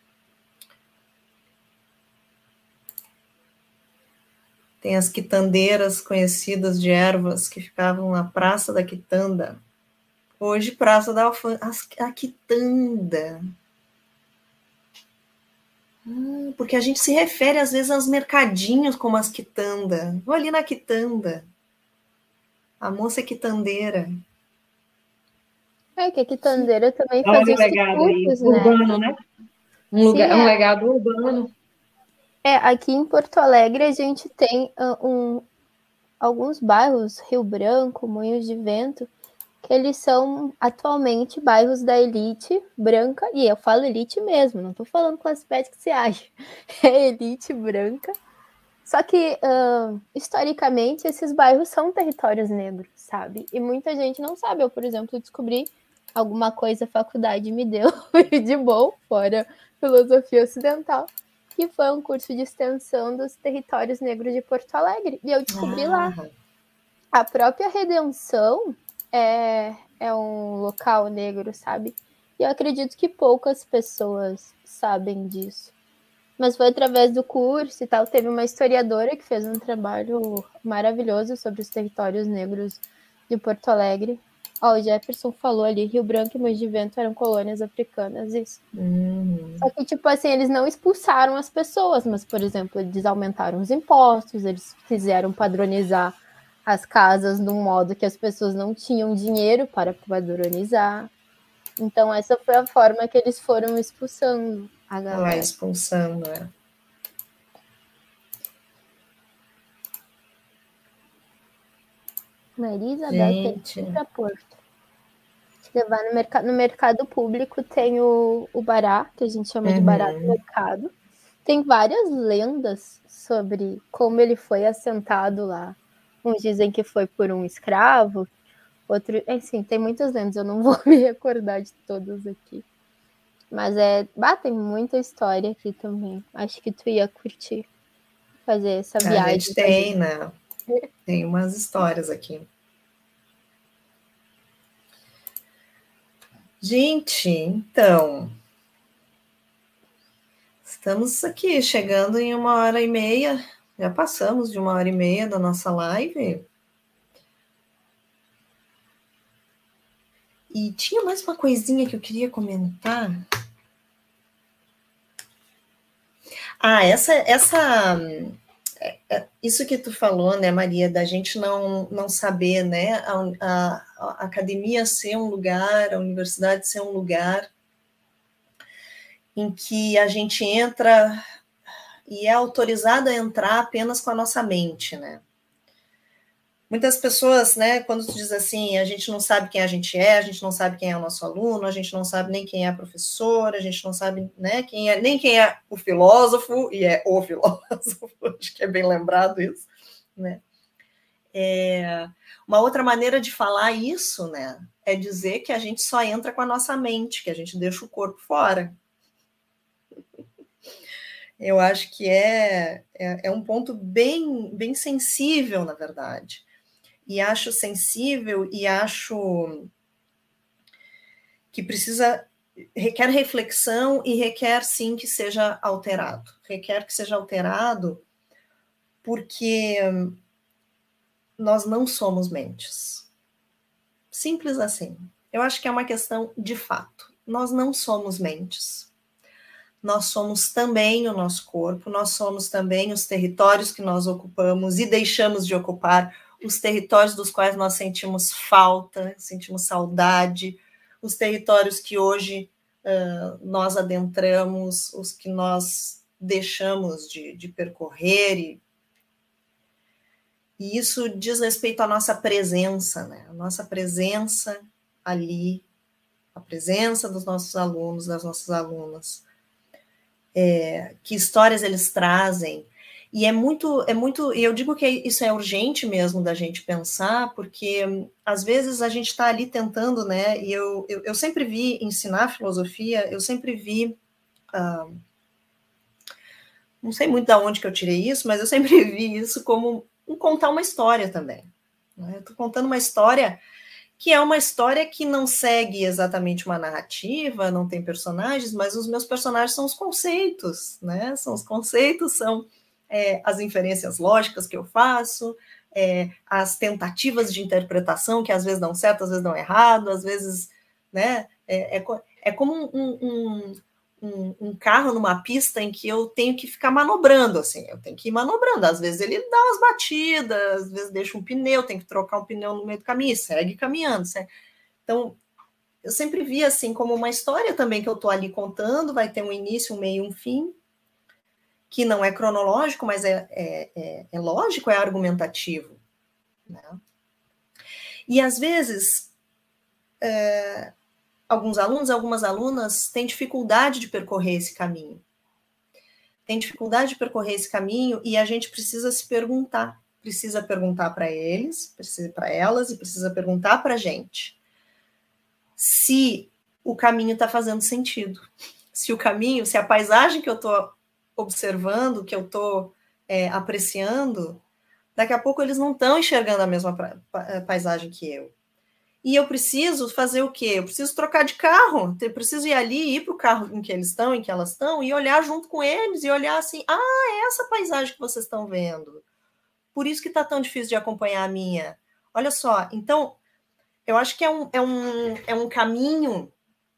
Tem as quitandeiras conhecidas de ervas que ficavam na Praça da Quitanda. Hoje, Praça da Alfândega. A quitanda. Ah, porque a gente se refere, às vezes, aos mercadinhos como as quitanda. Vou ali na quitanda. A moça é quitandeira. É, que a quitandeira também Olha fazia o legado aí, quitutes, né? urbano, né? Um, Sim, lugar, um é. legado urbano. É, aqui em Porto Alegre a gente tem uh, um, alguns bairros, Rio Branco, Moinhos de Vento, que eles são atualmente bairros da elite branca, e eu falo elite mesmo, não tô falando classe média que você acha, é elite branca. Só que, uh, historicamente, esses bairros são territórios negros, sabe? E muita gente não sabe. Eu, por exemplo, descobri alguma coisa a faculdade me deu de bom, fora filosofia ocidental, que foi um curso de extensão dos territórios negros de Porto Alegre. E eu descobri ah. lá. A própria Redenção é, é um local negro, sabe? E eu acredito que poucas pessoas sabem disso. Mas foi através do curso e tal. Teve uma historiadora que fez um trabalho maravilhoso sobre os territórios negros de Porto Alegre. Ó, o Jefferson falou ali, Rio Branco e Moinhos de Vento eram colônias africanas, isso. Uhum. Só que, tipo assim, eles não expulsaram as pessoas, mas, por exemplo, eles aumentaram os impostos, eles fizeram padronizar as casas de um modo que as pessoas não tinham dinheiro para padronizar. Então, essa foi a forma que eles foram expulsando a galera. Ah, expulsando, é. Maria Isabel tem para Porto. Levar no mercado, no mercado público tem o, o bará, que a gente chama uhum. de bará do mercado. Tem várias lendas sobre como ele foi assentado lá. Uns dizem que foi por um escravo, outro, enfim, tem muitas lendas, eu não vou me recordar de todas aqui. Mas é, bah, tem muita história aqui também. Acho que tu ia curtir fazer essa viagem. A gente tem, né? Tem umas histórias aqui. Gente, então, estamos aqui chegando em uma hora e meia, já passamos de uma hora e meia da nossa live. E tinha mais uma coisinha que eu queria comentar. Ah, essa, essa, isso que tu falou, né, Maria, da gente não, não saber, né, a, a, a academia ser um lugar, a universidade ser um lugar em que a gente entra e é autorizado a entrar apenas com a nossa mente, né? Muitas pessoas, né, quando tu diz assim, a gente não sabe quem a gente é, a gente não sabe quem é o nosso aluno, a gente não sabe nem quem é a professora, a gente não sabe, né, quem é, nem quem é o filósofo, e é o filósofo, acho que é bem lembrado isso, né? É, uma outra maneira de falar isso, né, é dizer que a gente só entra com a nossa mente, que a gente deixa o corpo fora. Eu acho que é, é, é um ponto bem, bem sensível, na verdade. E acho sensível e acho que precisa requer reflexão e requer, sim, que seja alterado. Requer que seja alterado porque nós não somos mentes. Simples assim. Eu acho que é uma questão de fato. Nós não somos mentes. Nós somos também o nosso corpo, nós somos também os territórios que nós ocupamos e deixamos de ocupar, os territórios dos quais nós sentimos falta, sentimos saudade, os territórios que hoje uh, nós adentramos, os que nós deixamos de, de percorrer. E, e isso diz respeito à nossa presença, né? A nossa presença ali, a presença dos nossos alunos, das nossas alunas. É, que histórias eles trazem, e é muito, é muito, e eu digo que isso é urgente mesmo da gente pensar, porque às vezes a gente está ali tentando, né, e eu, eu, eu sempre vi ensinar filosofia, eu sempre vi, ah, não sei muito de onde que eu tirei isso, mas eu sempre vi isso como um, contar uma história também, né? Eu estou contando uma história que é uma história que não segue exatamente uma narrativa, não tem personagens, mas os meus personagens são os conceitos, né? São os conceitos, são é, as inferências lógicas que eu faço, é, as tentativas de interpretação que às vezes dão certo, às vezes dão errado, às vezes, né? É, é, é como um, um, um, um carro numa pista em que eu tenho que ficar manobrando, assim, eu tenho que ir manobrando, às vezes ele dá umas batidas, às vezes deixa um pneu, tem que trocar um pneu no meio do caminho, segue caminhando, segue. Então, eu sempre vi assim como uma história também que eu estou ali contando, vai ter um início, um meio, um fim, que não é cronológico, mas é, é, é, é lógico, é argumentativo, né? E às vezes é, alguns alunos, algumas alunas têm dificuldade de percorrer esse caminho. Tem dificuldade de percorrer esse caminho e a gente precisa se perguntar. Precisa perguntar para eles, precisa para elas e precisa perguntar para a gente se o caminho está fazendo sentido. Se o caminho, se a paisagem que eu estou observando, que eu estou é, apreciando, daqui a pouco eles não estão enxergando a mesma paisagem que eu. E eu preciso fazer o quê? Eu preciso trocar de carro, eu preciso ir ali, ir para o carro em que eles estão, em que elas estão, e olhar junto com eles, e olhar assim, ah, é essa paisagem que vocês estão vendo. Por isso que está tão difícil de acompanhar a minha. Olha só, então, eu acho que é um, é um, é um caminho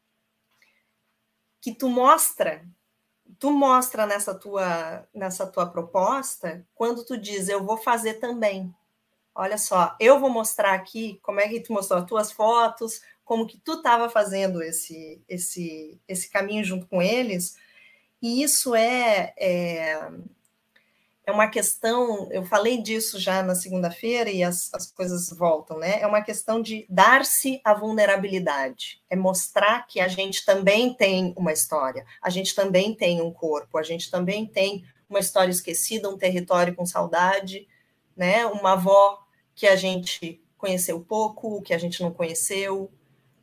que tu mostra, tu mostra nessa tua, nessa tua proposta, quando tu diz, eu vou fazer também. Olha só, eu vou mostrar aqui como é que tu mostrou as tuas fotos, como que tu estava fazendo esse, esse, esse caminho junto com eles, e isso é, é, é uma questão, eu falei disso já na segunda-feira e as, as coisas voltam, né? É uma questão de dar-se a vulnerabilidade, é mostrar que a gente também tem uma história, a gente também tem um corpo, a gente também tem uma história esquecida, um território com saudade, né? Uma avó que a gente conheceu pouco, que a gente não conheceu,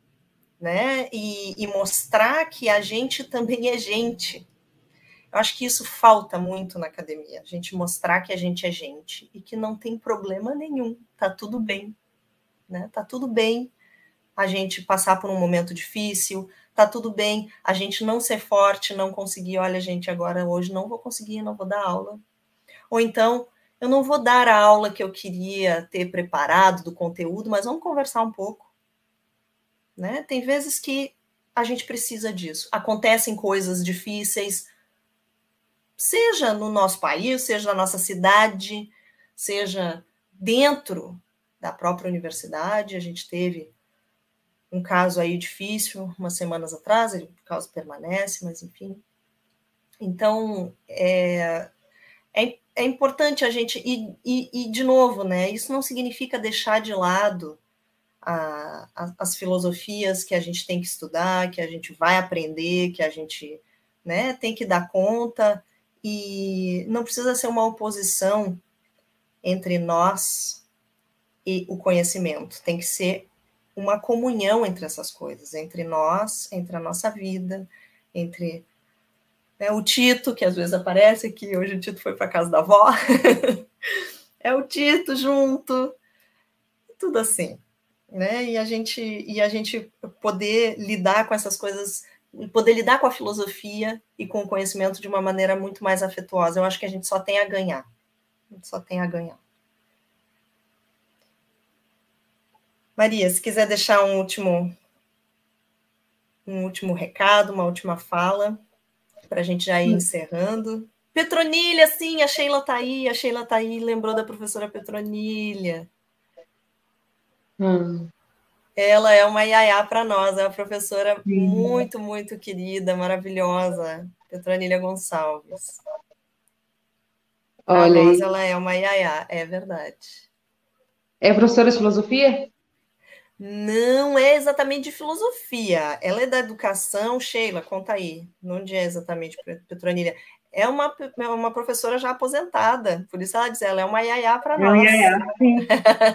né? E, e mostrar que a gente também é gente. Eu acho que isso falta muito na academia, a gente mostrar que a gente é gente e que não tem problema nenhum, tá tudo bem, né? Tá tudo bem a gente passar por um momento difícil, tá tudo bem a gente não ser forte, não conseguir, olha, gente, agora hoje não vou conseguir, não vou dar aula. Ou então, eu não vou dar a aula que eu queria ter preparado do conteúdo, mas vamos conversar um pouco, né? Tem vezes que a gente precisa disso. Acontecem coisas difíceis, seja no nosso país, seja na nossa cidade, seja dentro da própria universidade. A gente teve um caso aí difícil umas semanas atrás, o caso permanece, mas enfim. Então, é, é, é importante a gente, e, e, e de novo, né, isso não significa deixar de lado a, a, as filosofias que a gente tem que estudar, que a gente vai aprender, que a gente, né, tem que dar conta, e não precisa ser uma oposição entre nós e o conhecimento, tem que ser uma comunhão entre essas coisas, entre nós, entre a nossa vida, entre, né, o Tito, que às vezes aparece aqui, hoje o Tito foi para a casa da avó, é o Tito junto, tudo assim, né? E a gente, e a gente poder lidar com essas coisas poder lidar com a filosofia e com o conhecimento de uma maneira muito mais afetuosa. Eu acho que a gente só tem a ganhar. A gente só tem a ganhar. Maria, se quiser deixar um último, um último recado, uma última fala, para a gente já ir encerrando. Petronília, sim, a Sheila está aí, a Sheila está aí, lembrou da professora Petronília. Hum. Ela é uma iaiá para nós, é uma professora sim. muito, muito querida, maravilhosa, Petronília Gonçalves. Para nós, aí. Ela é uma iaiá, é verdade. É professora de filosofia? Não é exatamente de filosofia. Ela é da educação. Sheila, conta aí. Onde é exatamente Petronília? É uma, é uma professora já aposentada. Por isso ela diz, ela é uma iaiá para nós. É uma iaiá, sim.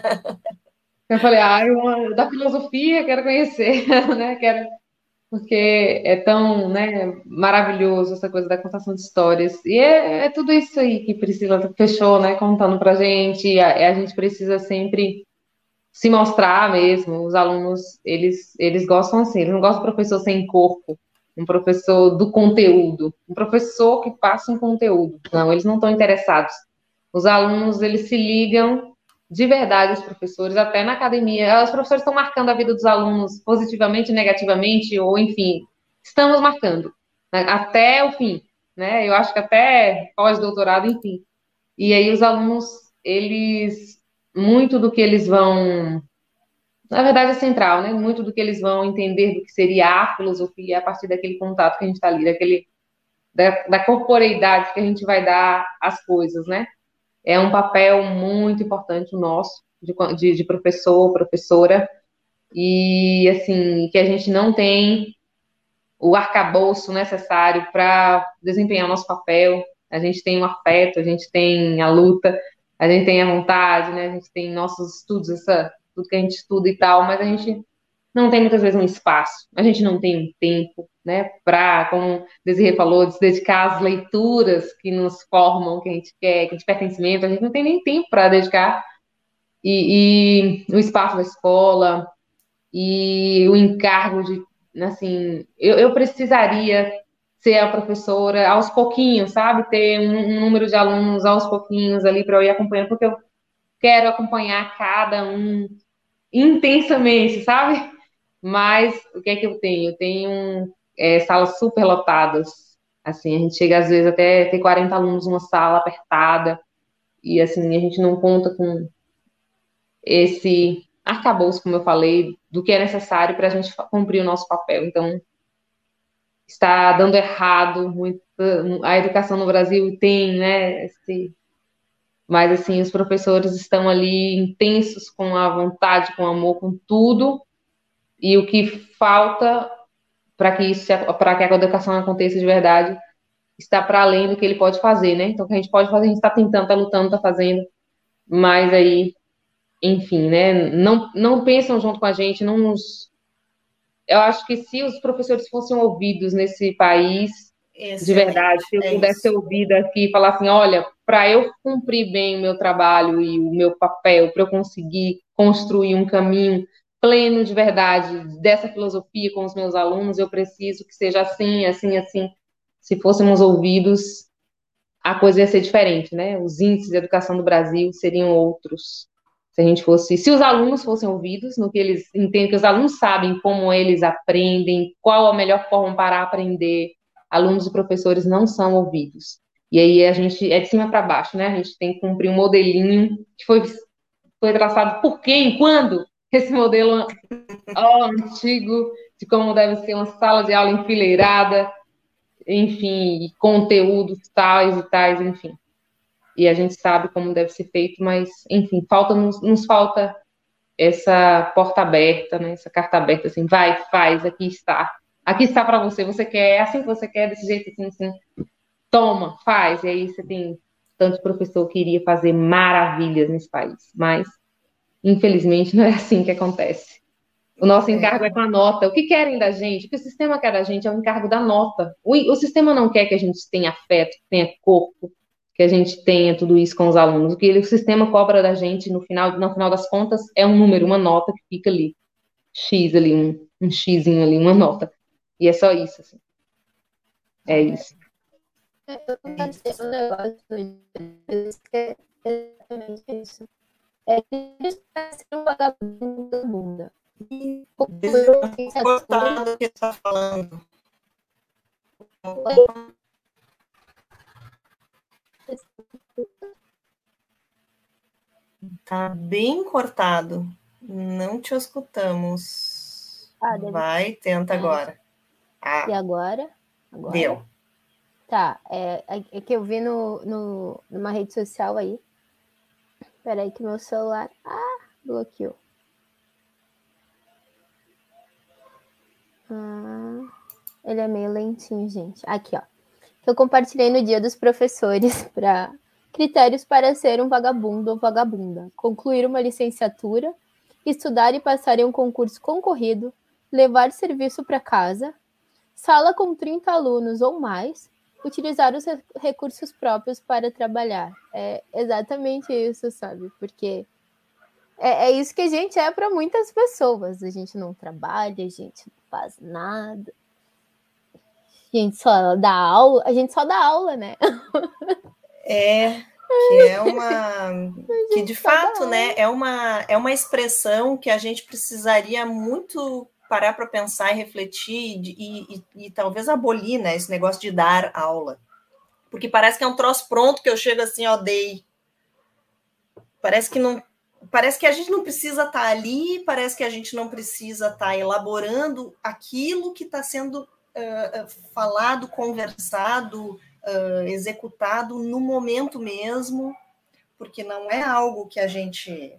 Eu falei, ah, eu, da filosofia, quero conhecer, né? Quero, porque é tão, né, maravilhoso essa coisa da contação de histórias. E é, é tudo isso aí que Priscila fechou, né, contando pra gente. A, a gente precisa sempre se mostrar mesmo. Os alunos, eles, eles gostam assim, eles não gostam de professor sem corpo, um professor do conteúdo, um professor que passa um conteúdo. Não, eles não estão interessados. Os alunos, eles se ligam de verdade, os professores, até na academia. Os professores estão marcando a vida dos alunos positivamente, negativamente, ou enfim, estamos marcando, né, até o fim, né? Eu acho que até pós-doutorado, enfim. E aí os alunos, eles, muito do que eles vão, na verdade é central, né? Muito do que eles vão entender do que seria a filosofia a partir daquele contato que a gente está ali, daquele, da, da corporeidade que a gente vai dar às coisas, né? É um papel muito importante o nosso, de, de, de professor, professora, e, assim, que a gente não tem o arcabouço necessário para desempenhar o nosso papel. A gente tem o afeto, a gente tem a luta, a gente tem a vontade, né? A gente tem nossos estudos, essa, tudo que a gente estuda e tal, mas a gente não tem muitas vezes um espaço, a gente não tem um tempo, né, para, como Desirê falou, de se dedicar às leituras que nos formam, que a gente quer, que de pertencimento, a gente não tem nem tempo para dedicar, e, e o espaço da escola, e o encargo de, assim, eu, eu precisaria ser a professora aos pouquinhos, sabe, ter um, um número de alunos aos pouquinhos ali para eu ir acompanhando, porque eu quero acompanhar cada um intensamente, sabe? Mas o que é que eu tenho? Eu tenho é, salas super lotadas. Assim, a gente chega às vezes até ter quarenta alunos numa sala apertada. E assim, a gente não conta com esse arcabouço, como eu falei, do que é necessário para a gente cumprir o nosso papel. Então, está dando errado. Muito, a educação no Brasil tem, né? Esse, mas assim, os professores estão ali intensos com a vontade, com o amor, com tudo. E o que falta para que isso, para que a educação aconteça de verdade, está para além do que ele pode fazer, né? Então, o que a gente pode fazer, a gente está tentando, está lutando, está fazendo, mas aí, enfim, né? Não, não pensam junto com a gente, não nos... Eu acho que se os professores fossem ouvidos nesse país, excelente, de verdade, se eu é pudesse isso. ser ouvida aqui e falar assim, olha, para eu cumprir bem o meu trabalho e o meu papel, para eu conseguir construir um caminho pleno de verdade dessa filosofia com os meus alunos, eu preciso que seja assim, assim, assim. Se fôssemos ouvidos, a coisa ia ser diferente, né? Os índices de educação do Brasil seriam outros. Se a gente fosse, se os alunos fossem ouvidos no que eles entendem, que os alunos sabem como eles aprendem, qual a melhor forma para aprender, alunos e professores não são ouvidos. E aí a gente é de cima para baixo, né? A gente tem que cumprir um modelinho que foi, foi traçado por quem, quando? Esse modelo ó, antigo, de como deve ser uma sala de aula enfileirada, enfim, conteúdos tais e tais, enfim. E a gente sabe como deve ser feito, mas, enfim, falta nos, nos falta essa porta aberta, né? Essa carta aberta, assim, vai, faz, aqui está. Aqui está para você, você quer, é assim que você quer, desse jeito, assim, assim. Toma, faz. E aí você tem tanto professor que iria fazer maravilhas nesse país, mas, infelizmente, não é assim que acontece. O nosso encargo é com a nota. O que querem da gente? O que o sistema quer da gente é o encargo da nota. O, o sistema não quer que a gente tenha afeto, que tenha corpo, que a gente tenha tudo isso com os alunos. O que o sistema cobra da gente, no final, no final das contas, é um número, uma nota que fica ali. X ali, um, um xizinho ali, uma nota. E é só isso, assim. É isso. Eu comecei um negócio que é exatamente isso. É ser um vagabundo da bunda. Cortado o que está falando. Tá bem cortado. Não te escutamos. Ah, deve... Vai, tenta agora. Ah, e agora? Agora? Deu. Tá, é, é que eu vi no, no, numa rede social aí. Peraí que meu celular... Ah, bloqueou. Ah, ele é meio lentinho, gente. Aqui, ó. Eu compartilhei no Dia dos Professores para critérios para ser um vagabundo ou vagabunda. Concluir uma licenciatura, estudar e passar em um concurso concorrido, levar serviço para casa, sala com trinta alunos ou mais, utilizar os recursos próprios para trabalhar. É exatamente isso, sabe? Porque é, é isso que a gente é para muitas pessoas. A gente não trabalha, a gente não faz nada. A gente só dá aula, a gente só dá aula, né? É, que é uma... que de fato, né, é uma, é uma expressão que a gente precisaria muito parar para pensar e refletir e, e, e talvez abolir, né, esse negócio de dar aula. Porque parece que é um troço pronto que eu chego assim, ó, dei. Parece que não... Parece que a gente não precisa estar ali, parece que a gente não precisa estar elaborando aquilo que está sendo uh, falado, conversado, uh, executado no momento mesmo, porque não é algo que a gente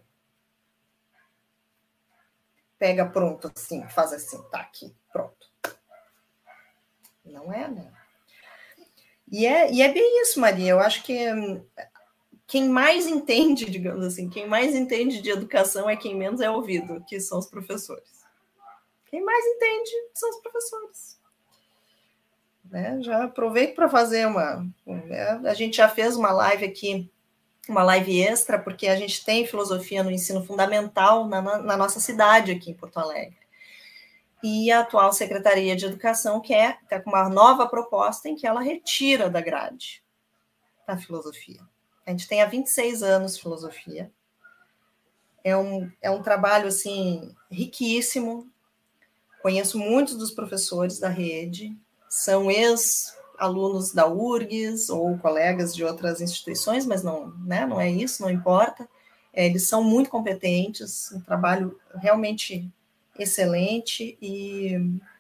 pega pronto assim, faz assim, tá aqui, pronto. Não é, né? E é, e é bem isso, Maria, eu acho que quem mais entende, digamos assim, quem mais entende de educação é quem menos é ouvido, que são os professores. Quem mais entende são os professores. Né? Já aproveito para fazer uma... A gente já fez uma live aqui, uma live extra, porque a gente tem filosofia no ensino fundamental na, na nossa cidade aqui em Porto Alegre. E a atual Secretaria de Educação quer, está com uma nova proposta em que ela retira da grade a filosofia. A gente tem há vinte e seis anos filosofia. É um, é um trabalho, assim, riquíssimo. Conheço muitos dos professores da rede, são ex-alunos da U R G S ou colegas de outras instituições, mas não, né, não é isso, não importa. É, eles são muito competentes, um trabalho realmente excelente e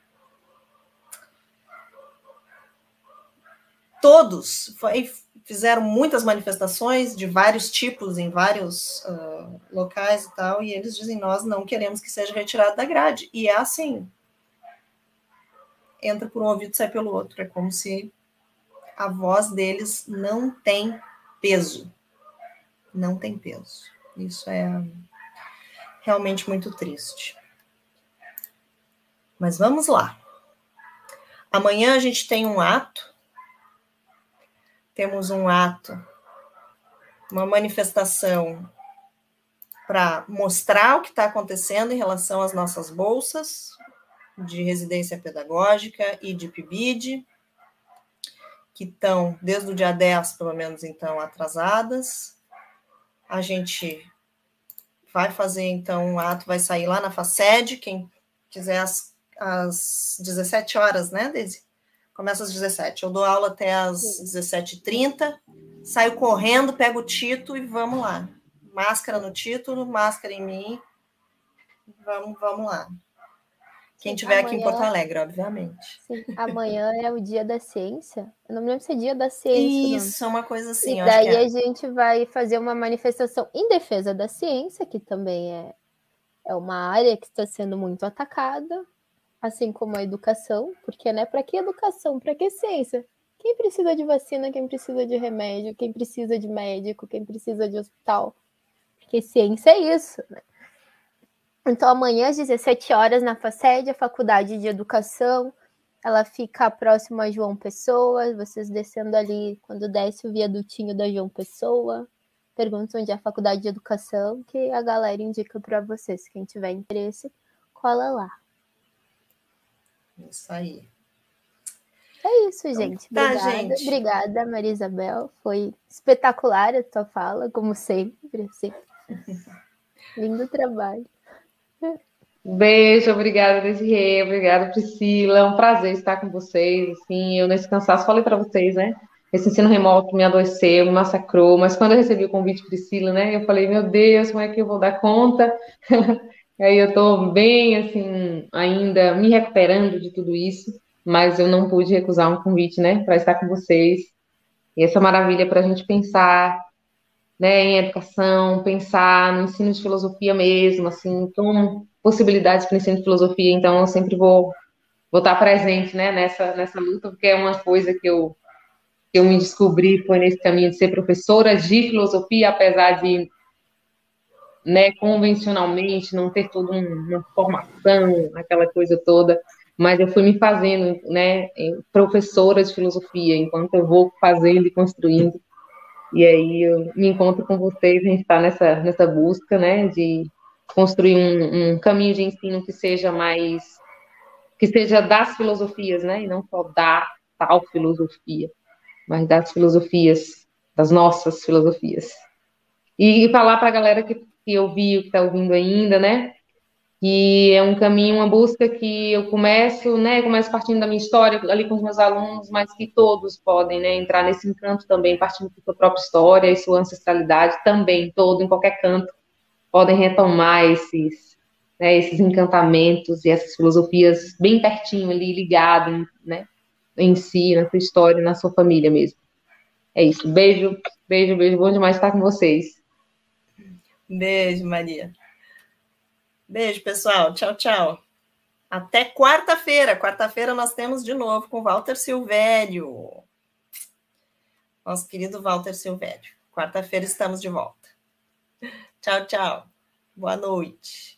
todos foi, fizeram muitas manifestações de vários tipos em vários uh, locais e tal, e eles dizem, nós não queremos que seja retirado da grade. E é assim, entra por um ouvido e sai pelo outro. É como se a voz deles não tem peso. Não tem peso. Isso é realmente muito triste. Mas vamos lá. Amanhã a gente tem um ato. Temos um ato, uma manifestação para mostrar o que está acontecendo em relação às nossas bolsas de residência pedagógica e de P I B I D, que estão, desde o dia dez, pelo menos, então, atrasadas. A gente vai fazer, então, um ato, vai sair lá na FACED, quem quiser, às, às dezessete horas, né, Deise? Começa às dezessete. Eu dou aula até às dezessete e trinta, saio correndo, pego o Tito e vamos lá. Máscara no título, máscara em mim. Vamos, vamos lá. Quem estiver aqui em Porto Alegre, obviamente. Sim, amanhã é o Dia da Ciência. Eu não me lembro se é Dia da Ciência. Isso, é uma coisa assim. E eu daí acho que é. a gente vai fazer uma manifestação em defesa da ciência, que também é, é uma área que está sendo muito atacada, assim como a educação, porque, né, para que educação? Para que ciência? Quem precisa de vacina, quem precisa de remédio, quem precisa de médico, quem precisa de hospital? Porque ciência é isso, né? Então, amanhã, às dezessete horas, na FACED, a Faculdade de Educação, ela fica próxima a João Pessoa, vocês descendo ali, quando desce o viadutinho da João Pessoa, perguntam onde é a Faculdade de Educação, que a galera indica para vocês. Quem tiver interesse, cola lá. Isso aí. É isso, gente. Então, tá, obrigada, gente. Obrigada, Maria Isabel. Foi espetacular a tua fala, como sempre. Assim. Lindo trabalho. Beijo, obrigada, Desirê, obrigada, Priscila. É um prazer estar com vocês. Assim, eu nesse cansaço falei para vocês, né? Esse ensino remoto me adoeceu, me massacrou, mas quando eu recebi o convite, Priscila, né? Eu falei, meu Deus, como é que eu vou dar conta? E aí eu tô bem, assim, ainda me recuperando de tudo isso, mas eu não pude recusar um convite, né, para estar com vocês. E essa maravilha para a gente pensar, né, em educação, pensar no ensino de filosofia mesmo, assim, como possibilidades para o ensino de filosofia. Então, eu sempre vou, vou estar presente, né, nessa, nessa luta, porque é uma coisa que eu, que eu me descobri foi nesse caminho de ser professora de filosofia, apesar de, né, convencionalmente não ter toda um- uma formação, aquela coisa toda, mas eu fui me fazendo, né, professora de filosofia, enquanto eu vou fazendo e construindo. E aí eu me encontro com vocês, a gente está nessa, nessa busca, né, de construir um, um caminho de ensino que seja mais, que seja das filosofias, né, e não só da tal filosofia, mas das filosofias, das nossas filosofias. E, e falar para a galera que, que eu vi, que está ouvindo ainda, né, que é um caminho, uma busca que eu começo, né, começo partindo da minha história ali com os meus alunos, mas que todos podem, né, entrar nesse encanto também, partindo da sua própria história e sua ancestralidade também, todo, em qualquer canto, podem retomar esses, né, esses encantamentos e essas filosofias bem pertinho ali, ligado, né, em si, na sua história, na sua família mesmo. É isso. Beijo, beijo, beijo. Bom demais estar com vocês. Beijo, Maria. Beijo, pessoal. Tchau, tchau. Até quarta-feira. Quarta-feira nós temos de novo com Walter Silvério. Nosso querido Walter Silvério. Quarta-feira estamos de volta. Tchau, tchau. Boa noite.